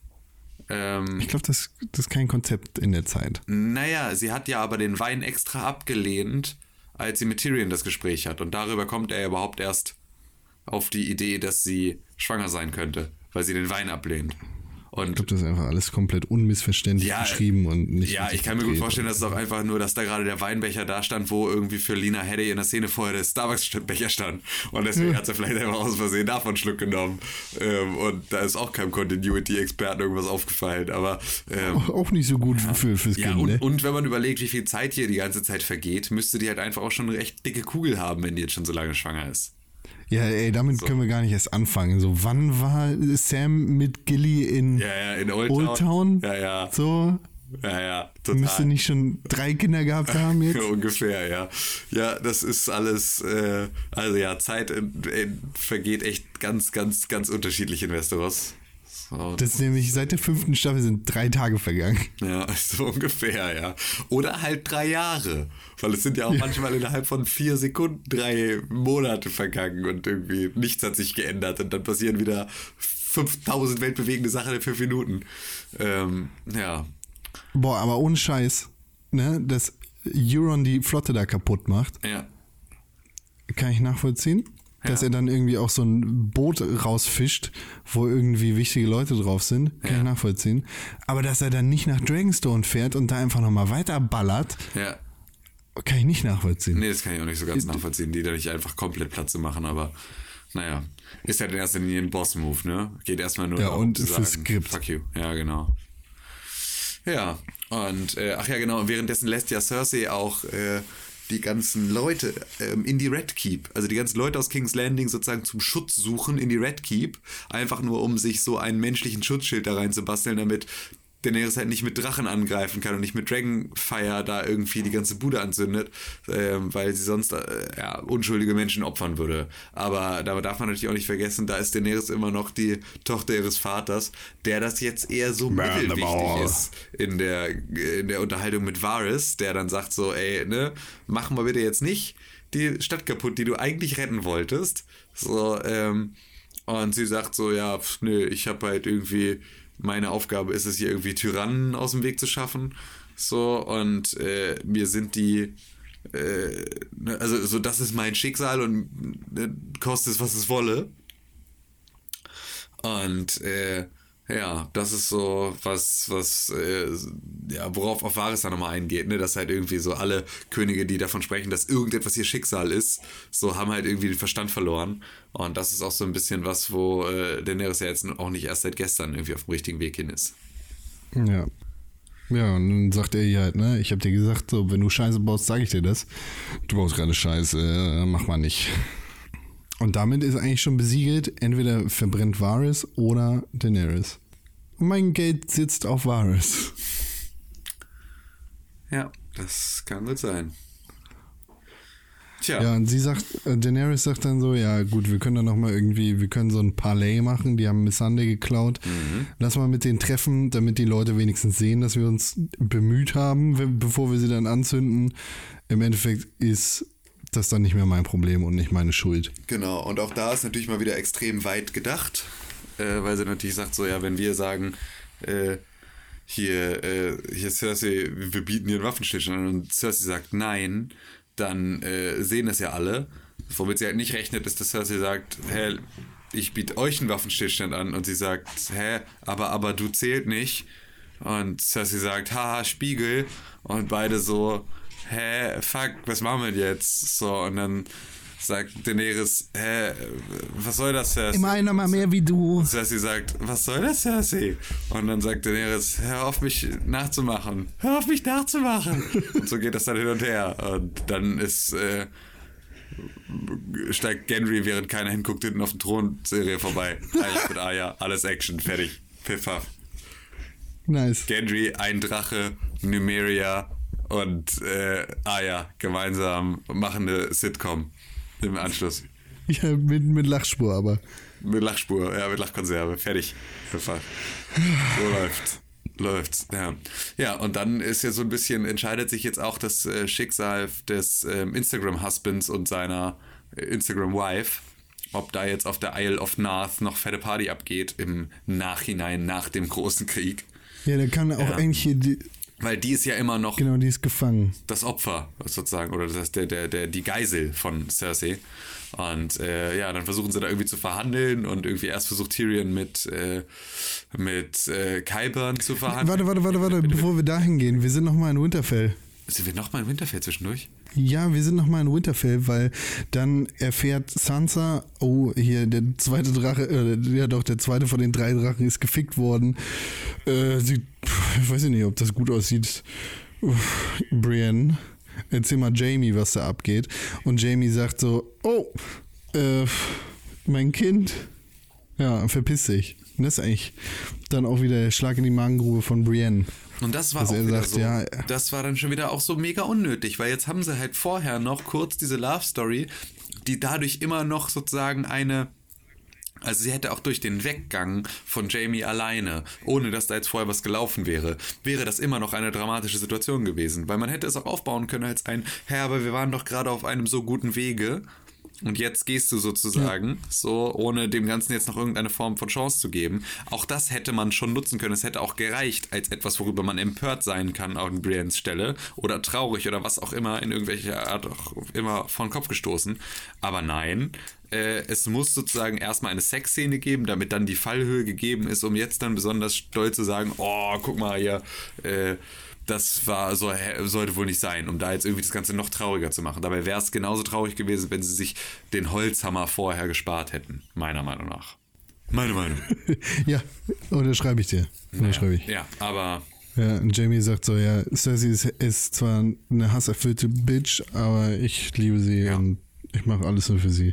Ähm, Ich glaube, das, das ist kein Konzept in der Zeit. naja, sie hat ja aber den Wein extra abgelehnt, als sie mit Tyrion das Gespräch hat. Und darüber kommt er überhaupt erst auf die Idee, dass sie schwanger sein könnte, weil sie den Wein ablehnt. Ich Und glaube, das ist einfach alles komplett unmissverständlich Ja, geschrieben und nicht. ja, richtig ich kann mir gut gedreht. vorstellen, dass es auch einfach nur, dass da gerade der Weinbecher da stand, wo irgendwie für Lena Headey in der Szene vorher der Starbucks-Becher stand. Und deswegen hat sie vielleicht einfach aus Versehen davon einen Schluck genommen. Ähm, und da ist auch keinem Continuity-Experten irgendwas aufgefallen. Aber ähm, Auch, auch nicht so gut für, fürs ja, Kind, und, ne? und wenn man überlegt, wie viel Zeit hier die ganze Zeit vergeht, müsste die halt einfach auch schon eine recht dicke Kugel haben, wenn die jetzt schon so lange schwanger ist. Ja, ey, damit können wir gar nicht erst anfangen. So, wann war Sam mit Gilly in Ja, ja, in Old, Old Town? Ja, ja, So, ja, ja, total. müsste nicht schon drei Kinder gehabt haben jetzt? Ungefähr, ja. Ja, das ist alles, äh, also ja, Zeit in, in, vergeht echt ganz, ganz, ganz unterschiedlich in Westeros. So, Das ist nämlich seit der fünften Staffel sind drei Tage vergangen. ja, so ungefähr, ja. Oder halt drei Jahre. Weil es sind ja auch Ja. manchmal innerhalb von vier Sekunden drei Monate vergangen und irgendwie nichts hat sich geändert und dann passieren wieder fünftausend weltbewegende Sachen in fünf Minuten. Ähm, ja. Boah, aber ohne Scheiß, ne, dass Euron die Flotte da kaputt macht, Ja. kann ich nachvollziehen. Dass Ja. er dann irgendwie auch so ein Boot rausfischt, wo irgendwie wichtige Leute drauf sind, kann Ja. ich nachvollziehen. Aber dass er dann nicht nach Dragonstone fährt und da einfach nochmal weiterballert, Ja. kann ich nicht nachvollziehen. Nee, das kann ich auch nicht so ganz nachvollziehen, die da nicht einfach komplett Platz zu machen, aber naja, ist halt in erster Linie ein Boss-Move, ne? Geht erstmal nur Ja, darum und zu fürs sagen, Skript. fuck you. Ja, genau. Ja, und äh, ach ja, genau, und währenddessen lässt ja Cersei auch äh, die ganzen Leute ähm, in die Red Keep, also die ganzen Leute aus King's Landing sozusagen zum Schutz suchen in die Red Keep, einfach nur um sich so einen menschlichen Schutzschild da reinzubasteln, damit Daenerys halt nicht mit Drachen angreifen kann und nicht mit Dragonfire da irgendwie die ganze Bude anzündet, ähm, weil sie sonst äh, ja, unschuldige Menschen opfern würde. Aber da darf man natürlich auch nicht vergessen, da ist Daenerys immer noch die Tochter ihres Vaters, der das jetzt eher so Man the mittelwichtig ball. ist in der, in der Unterhaltung mit Varys, der dann sagt so, ey, ne, machen wir bitte jetzt nicht die Stadt kaputt, die du eigentlich retten wolltest. So, ähm, und sie sagt so, ja, pf, nö, ich habe halt irgendwie, meine Aufgabe ist es hier irgendwie Tyrannen aus dem Weg zu schaffen. So, und äh, mir sind die, äh, ne, also so, das ist mein Schicksal und ne, kostet es, was es wolle. Und äh, ja, das ist so was, was, äh, ja, worauf auf Varys dann nochmal eingeht, ne, dass halt irgendwie so alle Könige, die davon sprechen, dass irgendetwas ihr Schicksal ist, so haben halt irgendwie den Verstand verloren. Und das ist auch so ein bisschen was, wo äh, Daenerys ja jetzt auch nicht erst seit gestern irgendwie auf dem richtigen Weg hin ist. Ja. Ja, und dann sagt er ihr halt, ne, ich hab dir gesagt, so, wenn du Scheiße baust, sage ich dir das. Du baust gerade Scheiße, äh, mach mal nicht. Und damit ist eigentlich schon besiegelt, entweder verbrennt Varys oder Daenerys. Und mein Geld sitzt auf Varys. Ja, das kann gut sein. Tja. Ja, und sie sagt, äh, Daenerys sagt dann so, ja gut, wir können dann nochmal irgendwie, wir können so ein Parlay machen, die haben Missandei geklaut. Mhm. Lass mal mit denen treffen, damit die Leute wenigstens sehen, dass wir uns bemüht haben, we- bevor wir sie dann anzünden. Im Endeffekt ist das dann nicht mehr mein Problem und nicht meine Schuld. Genau, und auch da ist natürlich mal wieder extrem weit gedacht, äh, weil sie natürlich sagt so, ja, wenn wir sagen, äh, hier, äh, hier Cersei, wir bieten dir einen Waffenstillstand an und Cersei sagt nein, dann äh, sehen das ja alle. Womit sie halt nicht rechnet, ist, dass Cersei sagt, hä, ich biete euch einen Waffenstillstand an und sie sagt, hä, aber, aber du zählt nicht. Und Cersei sagt, haha, Spiegel. Und beide so, hä, fuck, was machen wir jetzt? So, und dann sagt Daenerys, hä, was soll das, Cersei? Immer einer mal mehr wie du. Cersei sagt, was soll das, Cersei? Und dann sagt Daenerys, hör auf mich nachzumachen. Hör auf mich nachzumachen. Und so geht das dann hin und her. Und dann ist, äh, steigt Gendry, während keiner hinguckt, hinten auf den Thron-Serie vorbei. Alles mit Arya, alles Action, fertig. Pfiff. Nice. Gendry, ein Drache, Nymeria und äh, Arya gemeinsam machen eine Sitcom im Anschluss. Ja, mit, mit Lachspur aber. Mit Lachspur, ja, mit Lachkonserve, fertig. Pfiff. So läuft's. Läuft's, ja. Ja, und dann ist ja so ein bisschen, entscheidet sich jetzt auch das äh, Schicksal des ähm, Instagram-Husbands und seiner äh, Instagram-Wife, ob da jetzt auf der Isle of North noch fette Party abgeht im Nachhinein, nach dem großen Krieg. Ja, der kann auch Ja. eigentlich hier, die, Weil die ist ja immer noch genau, die ist gefangen. das Opfer, sozusagen, oder das heißt der, der, der, die Geisel von Cersei. Und äh, ja, dann versuchen sie da irgendwie zu verhandeln und irgendwie erst versucht Tyrion mit, äh, mit äh, Qyburn zu verhandeln. Warte, warte, warte, warte, bevor wir dahin gehen, wir sind noch mal in Winterfell. Sind wir nochmal in Winterfell zwischendurch? Ja, wir sind noch mal in Winterfell, weil dann erfährt Sansa, oh, hier der zweite Drache, äh, ja doch, der zweite von den drei Drachen ist gefickt worden. Äh, sie, ich weiß nicht, ob das gut aussieht. Uff, Brienne, erzähl mal Jaime, was da abgeht. Und Jaime sagt so, oh, äh, mein Kind, ja, verpiss dich. Und das ist eigentlich dann auch wieder der Schlag in die Magengrube von Brienne. Und das war Dass auch er wieder sagt, so, ja, das war dann schon wieder auch so mega unnötig, weil jetzt haben sie halt vorher noch kurz diese Love Story, die dadurch immer noch sozusagen eine, also sie hätte auch durch den Weggang von Jaime alleine, ohne dass da jetzt vorher was gelaufen wäre, wäre das immer noch eine dramatische Situation gewesen, weil man hätte es auch aufbauen können als ein, hä, aber wir waren doch gerade auf einem so guten Wege. Und jetzt gehst du sozusagen, ja. so ohne dem Ganzen jetzt noch irgendeine Form von Chance zu geben. Auch das hätte man schon nutzen können. Es hätte auch gereicht als etwas, worüber man empört sein kann an Briennes Stelle oder traurig oder was auch immer in irgendwelcher Art auch immer vor den Kopf gestoßen. Aber nein, äh, es muss sozusagen erstmal eine Sexszene geben, damit dann die Fallhöhe gegeben ist, um jetzt dann besonders stolz zu sagen, oh, guck mal hier, äh, das war so, sollte wohl nicht sein, um da jetzt irgendwie das Ganze noch trauriger zu machen. Dabei wäre es genauso traurig gewesen, wenn sie sich den Holzhammer vorher gespart hätten, meiner Meinung nach. Meine Meinung. Ja, unterschreibe ich dir. Unterschreibe ich. Ja, aber... Ja, und Jaime sagt so, ja, Cersei ist, ist zwar eine hasserfüllte Bitch, aber ich liebe sie Ja. und ich mache alles nur für sie.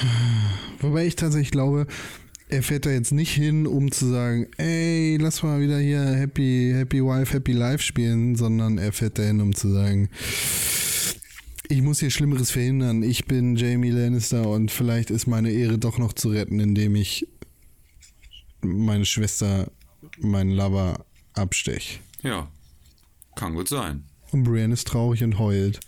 Wobei ich tatsächlich glaube, er fährt da jetzt nicht hin, um zu sagen, ey, lass mal wieder hier Happy, Happy Wife, Happy Life spielen, sondern er fährt da hin, um zu sagen, ich muss hier Schlimmeres verhindern. Ich bin Jaime Lannister und vielleicht ist meine Ehre doch noch zu retten, indem ich meine Schwester, meinen Lover abstech. Ja, kann gut sein. Und Brienne ist traurig und heult.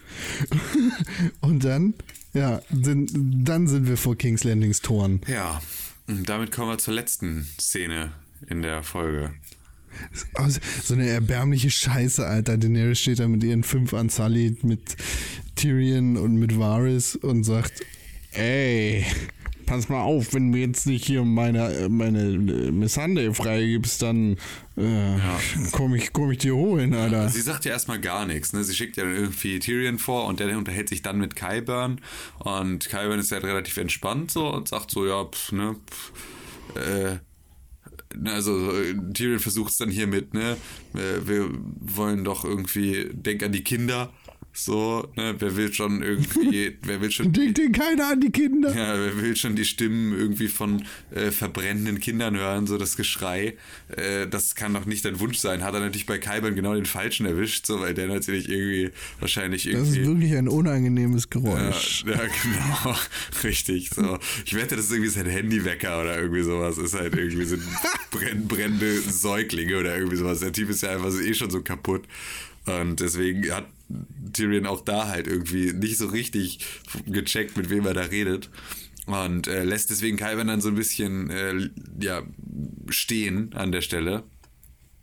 Und dann, ja, sind, dann sind wir vor King's Landings Toren. Ja, und damit kommen wir zur letzten Szene in der Folge. Also, so eine erbärmliche Scheiße, Alter. Daenerys steht da mit ihren fünf Unsullied, mit Tyrion und mit Varys und sagt, ey, pass mal auf, wenn du jetzt nicht hier meine, meine Missandei freigibst, dann äh, Ja. komm ich, komm ich dir holen, Alter. Sie sagt ja erstmal gar nichts, ne? Sie schickt ja dann irgendwie Tyrion vor und der unterhält sich dann mit Qyburn und Qyburn ist halt relativ entspannt so und sagt so, ja, pff, ne, pff, äh, also Tyrion versucht es dann hier mit, ne, wir wollen doch irgendwie, denk an die Kinder, so, ne, wer will schon irgendwie, wer will schon... Denkt denn keiner an die Kinder? Ja, wer will schon die Stimmen irgendwie von äh, verbrennenden Kindern hören, so das Geschrei. Äh, das kann doch nicht dein Wunsch sein. Hat er natürlich bei Qyburn genau den Falschen erwischt, so, weil der natürlich irgendwie wahrscheinlich Das irgendwie... ist wirklich ein unangenehmes Geräusch. Ja, ja, genau, richtig. So. Ich wette, das ist irgendwie sein Handywecker oder irgendwie sowas. Ist halt irgendwie so brenn, brennende Säuglinge oder irgendwie sowas. Der Typ ist ja einfach so, eh schon so kaputt. Und deswegen hat Tyrion auch da halt irgendwie nicht so richtig gecheckt, mit wem er da redet. Und äh, lässt deswegen Qyburn dann so ein bisschen äh, ja, stehen an der Stelle.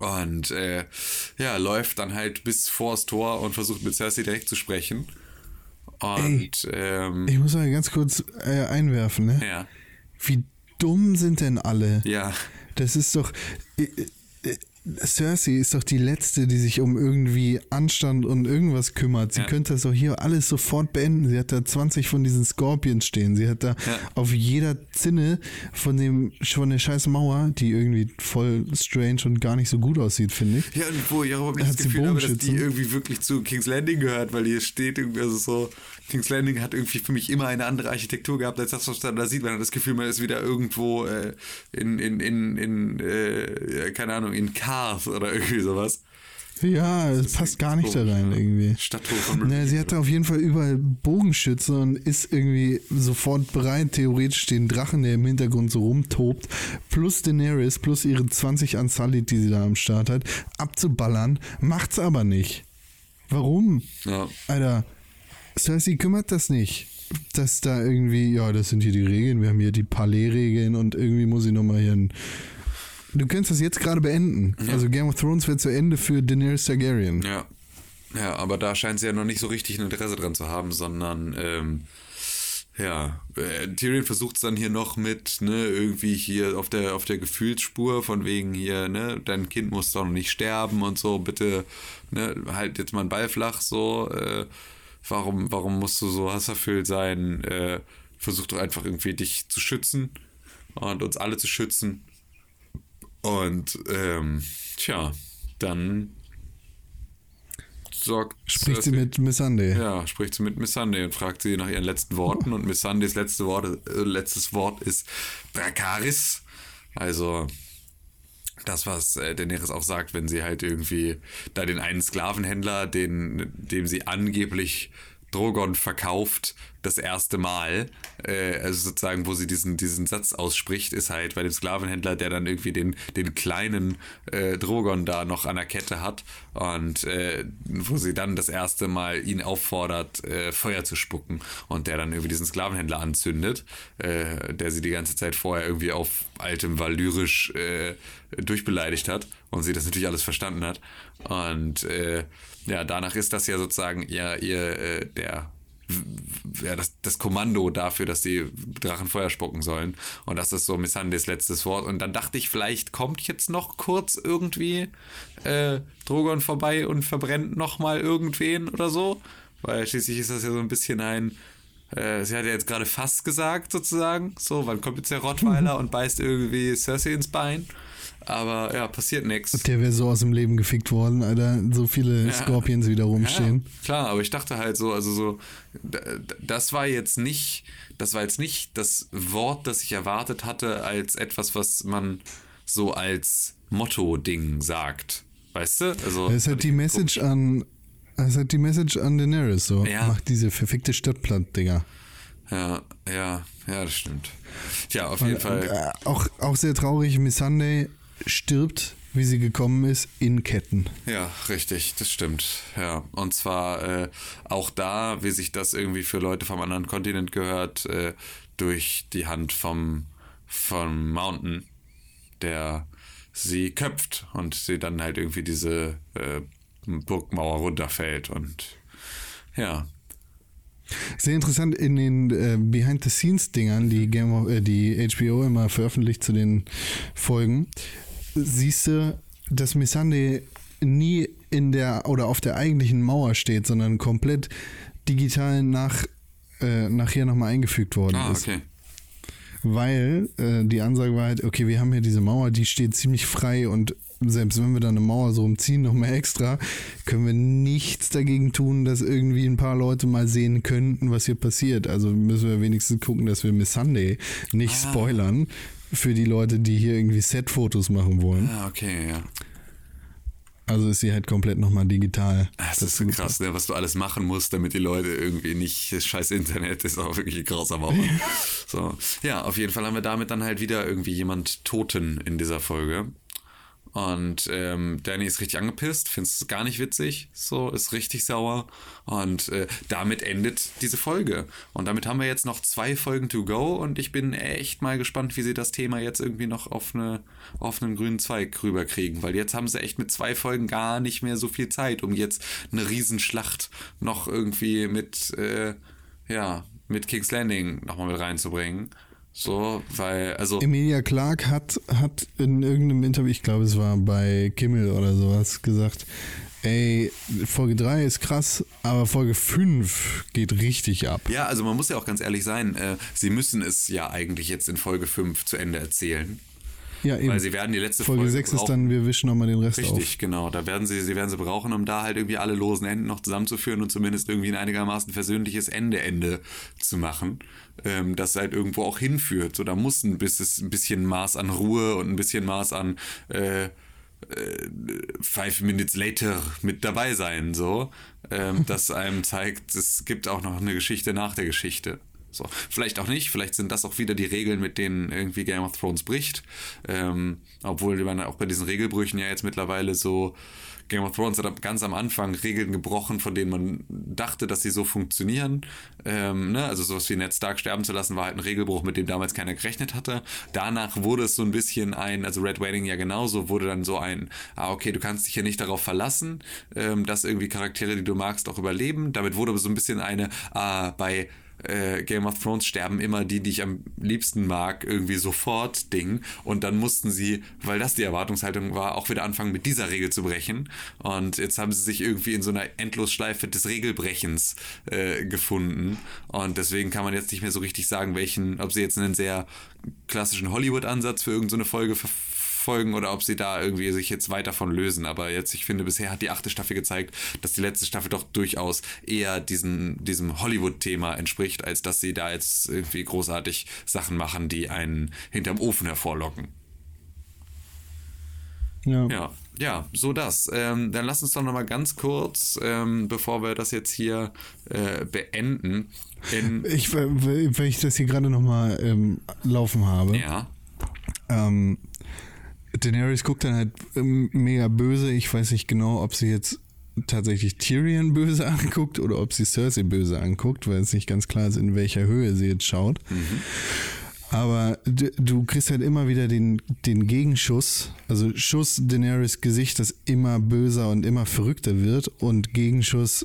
Und äh, ja, läuft dann halt bis vors Tor und versucht mit Cersei direkt zu sprechen. Und Ey, ähm, ich muss mal ganz kurz äh, einwerfen, ne? ja, Wie dumm sind denn alle? ja, Das ist doch. Äh, äh, Cersei ist doch die Letzte, die sich um irgendwie Anstand und irgendwas kümmert. Sie Ja. könnte das doch hier alles sofort beenden. Sie hat da zwanzig von diesen Scorpions stehen. Sie hat da Ja. auf jeder Zinne von dem von der scheiß Mauer, die irgendwie voll strange und gar nicht so gut aussieht, finde ich. ja, und wo ich auch überhaupt nicht Hat das sie Gefühl habe, dass die Bogenschützen? irgendwie wirklich zu King's Landing gehört, weil hier steht irgendwie, also so, King's Landing hat irgendwie für mich immer eine andere Architektur gehabt, als das, was da da sieht. Man hat das Gefühl, man ist wieder irgendwo äh, in, in, in, in äh, keine Ahnung, in Cars oder irgendwie sowas. Ja, es passt gar nicht da komisch, rein ne? irgendwie. Stadttor von Na, sie hatte auf jeden Fall überall Bogenschütze und ist irgendwie sofort bereit, theoretisch den Drachen, der im Hintergrund so rumtobt, plus Daenerys, plus ihre zwanzig Unsullied, die sie da am Start hat, abzuballern, macht's aber nicht. Warum? Ja. Alter, Cersei kümmert das nicht. Dass da irgendwie, ja, das sind hier die Regeln, wir haben hier die Palais-Regeln und irgendwie muss ich nochmal hier ein. Du könntest das jetzt gerade beenden. Ja. Also Game of Thrones wird zu Ende für Daenerys Targaryen. Ja. Ja, aber da scheint sie ja noch nicht so richtig ein Interesse dran zu haben, sondern ähm, ja, äh, Tyrion versucht es dann hier noch mit, ne, irgendwie hier auf der auf der Gefühlsspur, von wegen hier, ne, dein Kind muss doch noch nicht sterben und so, bitte, ne, halt jetzt mal einen Ball flach, so, äh, warum, warum musst du so hasserfüllt sein, äh, versuch doch einfach irgendwie dich zu schützen und uns alle zu schützen. Und, ähm, tja, dann sorgt Spricht sie Cersei- mit Missandei. ja, spricht sie mit Missandei und fragt sie nach ihren letzten Worten. Und Missandeis letzte Worte, äh, letztes Wort ist Dracarys. Also das, was äh, Daenerys auch sagt, wenn sie halt irgendwie da den einen Sklavenhändler, den, dem sie angeblich Drogon verkauft, das erste Mal, äh, also sozusagen, wo sie diesen, diesen Satz ausspricht, ist halt bei dem Sklavenhändler, der dann irgendwie den, den kleinen äh, Drogon da noch an der Kette hat und äh, wo sie dann das erste Mal ihn auffordert, äh, Feuer zu spucken und der dann irgendwie diesen Sklavenhändler anzündet, äh, der sie die ganze Zeit vorher irgendwie auf altem Valyrisch äh, durchbeleidigt hat und sie das natürlich alles verstanden hat und äh, ja, danach ist das ja sozusagen ihr, ihr äh, der ja, das, das Kommando dafür, dass die Drachen Feuer spucken sollen. Und das ist so Missandei's letztes Wort. Und dann dachte ich, vielleicht kommt jetzt noch kurz irgendwie äh, Drogon vorbei und verbrennt nochmal irgendwen oder so. Weil schließlich ist das ja so ein bisschen ein äh, sie hat ja jetzt gerade fast gesagt, sozusagen. So, wann kommt jetzt der Rottweiler und beißt irgendwie Cersei ins Bein? Aber ja, passiert nichts. Der wäre so aus dem Leben gefickt worden, Alter. So viele Ja. Scorpions wieder rumstehen. Ja, klar, aber ich dachte halt so, also so, d- d- das war jetzt nicht, das war jetzt nicht das Wort, das ich erwartet hatte, als etwas, was man so als Motto-Ding sagt. Weißt du? Also, Das ist halt die Message an. Das ist halt die Message an Daenerys so. Ja. Macht diese verfickte Stadt platt, Digga. Ja, ja, ja, das stimmt. Tja, auf jeden Fall. Äh, auch, auch sehr traurig, Missandei stirbt, wie sie gekommen ist, in Ketten. Ja, richtig, das stimmt. Ja, und zwar äh, auch da, wie sich das irgendwie für Leute vom anderen Kontinent gehört, äh, durch die Hand vom, vom Mountain, der sie köpft und sie dann halt irgendwie diese äh, Burgmauer runterfällt und ja. Sehr interessant in den äh, Behind-the-Scenes-Dingern, die, Game of, äh, die H B O immer veröffentlicht zu den Folgen, siehst du, dass Missandei nie in der oder auf der eigentlichen Mauer steht, sondern komplett digital nach, äh, nachher nochmal eingefügt worden Ah, ist. okay. Weil äh, die Ansage war halt, okay, wir haben hier diese Mauer, die steht ziemlich frei und selbst wenn wir da eine Mauer so umziehen, noch mehr extra, können wir nichts dagegen tun, dass irgendwie ein paar Leute mal sehen könnten, was hier passiert. Also müssen wir wenigstens gucken, dass wir Missandei nicht Ah. spoilern für die Leute, die hier irgendwie Set-Fotos machen wollen. Ah, okay, ja. Also ist sie halt komplett nochmal digital. Das ist so krass, ne, was du alles machen musst, damit die Leute irgendwie nicht, das scheiß Internet ist auch wirklich ein grausamer Ort. So. Ja, auf jeden Fall haben wir damit dann halt wieder irgendwie jemand Toten in dieser Folge. Und ähm, Danny ist richtig angepisst, findet es gar nicht witzig, so, ist richtig sauer. Und äh, damit endet diese Folge. Und damit haben wir jetzt noch zwei Folgen to go und ich bin echt mal gespannt, wie sie das Thema jetzt irgendwie noch auf, eine, auf einen grünen Zweig rüberkriegen. Weil jetzt haben sie echt mit zwei Folgen gar nicht mehr so viel Zeit, um jetzt eine Riesenschlacht noch irgendwie mit, äh, ja, mit King's Landing nochmal mit reinzubringen. So, weil, also. Emilia Clarke hat, hat in irgendeinem Interview, ich glaube, es war bei Kimmel oder sowas, gesagt, ey, Folge drei ist krass, aber Folge fünf geht richtig ab. Ja, also man muss ja auch ganz ehrlich sein, äh, sie müssen es ja eigentlich jetzt in Folge fünf zu Ende erzählen. Ja, eben. Weil sie werden die letzte Folge Folge sechs ist dann, wir wischen nochmal den Rest Richtig, auf. Richtig, genau. Da werden sie, sie werden sie brauchen, um da halt irgendwie alle losen Enden noch zusammenzuführen und zumindest irgendwie ein einigermaßen versöhnliches Ende-Ende zu machen, ähm, das halt irgendwo auch hinführt. So, da muss ein bisschen, ein bisschen Maß an Ruhe und ein bisschen Maß an äh, äh, Five Minutes Later mit dabei sein, so, ähm, das einem zeigt, es gibt auch noch eine Geschichte nach der Geschichte. So, vielleicht auch nicht, vielleicht sind das auch wieder die Regeln, mit denen irgendwie Game of Thrones bricht. Ähm, obwohl man auch bei diesen Regelbrüchen ja jetzt mittlerweile so, Game of Thrones hat ganz am Anfang Regeln gebrochen, von denen man dachte, dass sie so funktionieren. Ähm, ne? Also sowas wie Ned Stark sterben zu lassen, war halt ein Regelbruch, mit dem damals keiner gerechnet hatte. Danach wurde es so ein bisschen ein, also Red Wedding ja genauso, wurde dann so ein, ah okay, du kannst dich ja nicht darauf verlassen, ähm, dass irgendwie Charaktere, die du magst, auch überleben. Damit wurde aber so ein bisschen eine, ah, bei Game of Thrones sterben immer die, die ich am liebsten mag, irgendwie sofort Ding. Und dann mussten sie, weil das die Erwartungshaltung war, auch wieder anfangen mit dieser Regel zu brechen. Und jetzt haben sie sich irgendwie in so einer Endlosschleife des Regelbrechens äh, gefunden. Und deswegen kann man jetzt nicht mehr so richtig sagen, welchen, ob sie jetzt einen sehr klassischen Hollywood-Ansatz für irgendeine Folge verfolgen folgen oder ob sie da irgendwie sich jetzt weit davon lösen. Aber jetzt, ich finde, bisher hat die achte Staffel gezeigt, dass die letzte Staffel doch durchaus eher diesen, diesem Hollywood-Thema entspricht, als dass sie da jetzt irgendwie großartig Sachen machen, die einen hinterm Ofen hervorlocken. Ja. Ja, ja, so das. Ähm, dann lass uns doch nochmal ganz kurz, ähm, bevor wir das jetzt hier äh, beenden. In ich, weil ich das hier gerade nochmal ähm, laufen habe. Ja. Ähm, Daenerys guckt dann halt ähm, mega böse. Ich weiß nicht genau, ob sie jetzt tatsächlich Tyrion böse anguckt oder ob sie Cersei böse anguckt, weil es nicht ganz klar ist, in welcher Höhe sie jetzt schaut. Mhm. Aber du, du kriegst halt immer wieder den, den Gegenschuss, also Schuss Daenerys Gesicht, das immer böser und immer verrückter wird und Gegenschuss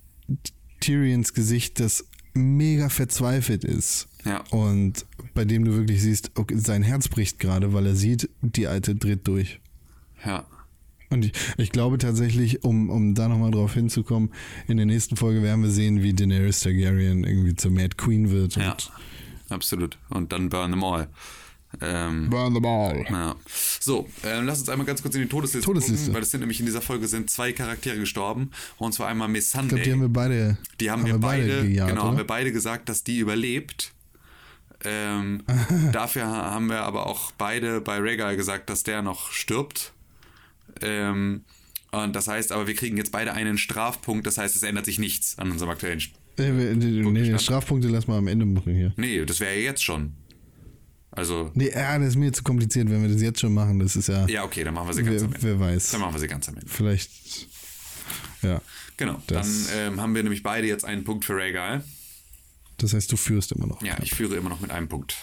Tyrions Gesicht, das mega verzweifelt ist. Ja. Und bei dem du wirklich siehst, okay, sein Herz bricht gerade, weil er sieht, die Alte dreht durch. Ja. Und ich, ich glaube tatsächlich, um, um da nochmal drauf hinzukommen, in der nächsten Folge werden wir sehen, wie Daenerys Targaryen irgendwie zur Mad Queen wird. Ja, und absolut. Und dann burn them all. Ähm, burn them all. Ja. So, äh, lass uns einmal ganz kurz in die Todesliste, Todesliste gucken, weil es sind nämlich in dieser Folge sind zwei Charaktere gestorben. Und zwar einmal Miss Sunday. Ich glaube, die haben wir beide Die haben, haben wir wir beide, beide gejagt, genau, oder? haben wir beide gesagt, dass die überlebt. Ähm, dafür haben wir aber auch beide bei Rhaegal gesagt, dass der noch stirbt. Ähm, und das heißt, aber wir kriegen jetzt beide einen Strafpunkt, das heißt, es ändert sich nichts an unserem aktuellen St- Äh, nee, nee, Strafpunkte lassen wir am Ende machen hier. Nee, das wäre ja jetzt schon. Also. Nee, ja, das ist mir zu kompliziert, wenn wir das jetzt schon machen. Das ist ja. Ja, okay, dann machen wir sie ganz wer, am Ende. Wer weiß. Dann machen wir sie ganz am Ende. Vielleicht. Ja. Genau, das, dann ähm, haben wir nämlich beide jetzt einen Punkt für Rhaegal. Das heißt, du führst immer noch. Ja, ich führe immer noch mit einem Punkt.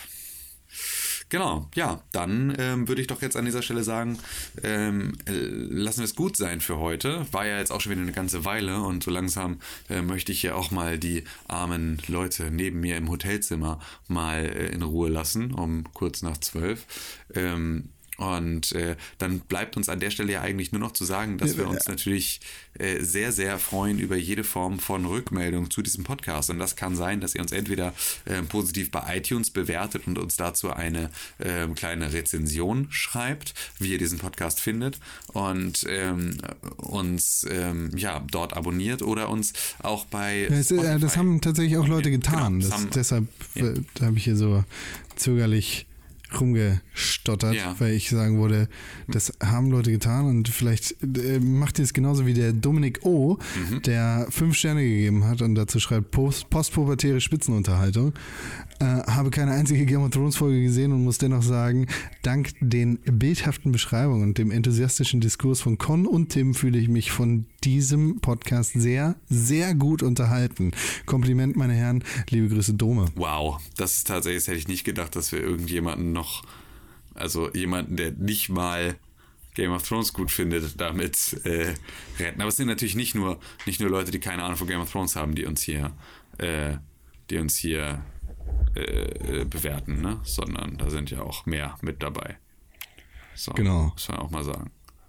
Genau, ja, dann ähm, würde ich doch jetzt an dieser Stelle sagen, ähm, äh, lassen wir es gut sein für heute. War ja jetzt auch schon wieder eine ganze Weile und so langsam äh, möchte ich ja auch mal die armen Leute neben mir im Hotelzimmer mal äh, in Ruhe lassen, um kurz nach zwölf. Ähm, Und äh, dann bleibt uns an der Stelle ja eigentlich nur noch zu sagen, dass wir uns natürlich äh, sehr, sehr freuen über jede Form von Rückmeldung zu diesem Podcast. Und das kann sein, dass ihr uns entweder äh, positiv bei iTunes bewertet und uns dazu eine äh, kleine Rezension schreibt, wie ihr diesen Podcast findet und ähm, uns ähm, ja dort abonniert oder uns auch bei das, äh, das haben tatsächlich auch Leute ja, getan. Genau, das das, haben, deshalb ja. äh, da habe ich hier so zögerlich rumgestottert, Ja. weil ich sagen wollte, das haben Leute getan und vielleicht äh, macht ihr es genauso wie der Dominik O., Mhm. der fünf Sterne gegeben hat und dazu schreibt Post, postpubertäre Spitzenunterhaltung. Äh, habe keine einzige Game of Thrones Folge gesehen und muss dennoch sagen, dank den bildhaften Beschreibungen und dem enthusiastischen Diskurs von Con und Tim fühle ich mich von diesem Podcast sehr, sehr gut unterhalten. Kompliment, meine Herren, liebe Grüße, Dome. Wow, das ist tatsächlich, das hätte ich nicht gedacht, dass wir irgendjemanden noch, also jemanden, der nicht mal Game of Thrones gut findet, damit äh, retten. Aber es sind natürlich nicht nur, nicht nur Leute, die keine Ahnung von Game of Thrones haben, die uns hier, äh, die uns hier äh, bewerten, ne? Sondern da sind ja auch mehr mit dabei. So, Genau. muss man auch mal sagen.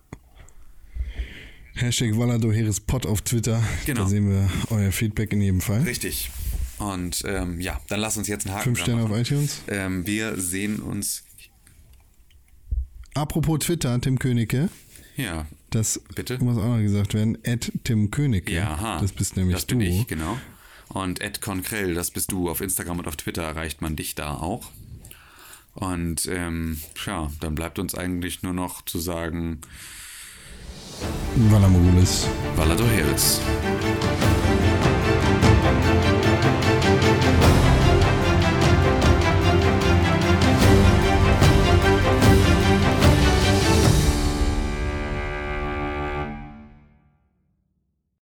Hashtag Valadoherespod auf Twitter. Genau. Da sehen wir euer Feedback in jedem Fall. Richtig. Und ähm, ja, dann lass uns jetzt einen Haken Fünf dran Sterne auf machen. iTunes. Ähm, wir sehen uns, Apropos Twitter, Tim Königke. ja, Das Bitte? muss auch noch gesagt werden. At Tim Königke. ja, aha. Das bist nämlich das bin du. ich, genau. Und Ed Konkrell, das bist du. Auf Instagram und auf Twitter erreicht man dich da auch. Und ähm, ja, dann bleibt uns eigentlich nur noch zu sagen, Valamogulis. Valadoheris.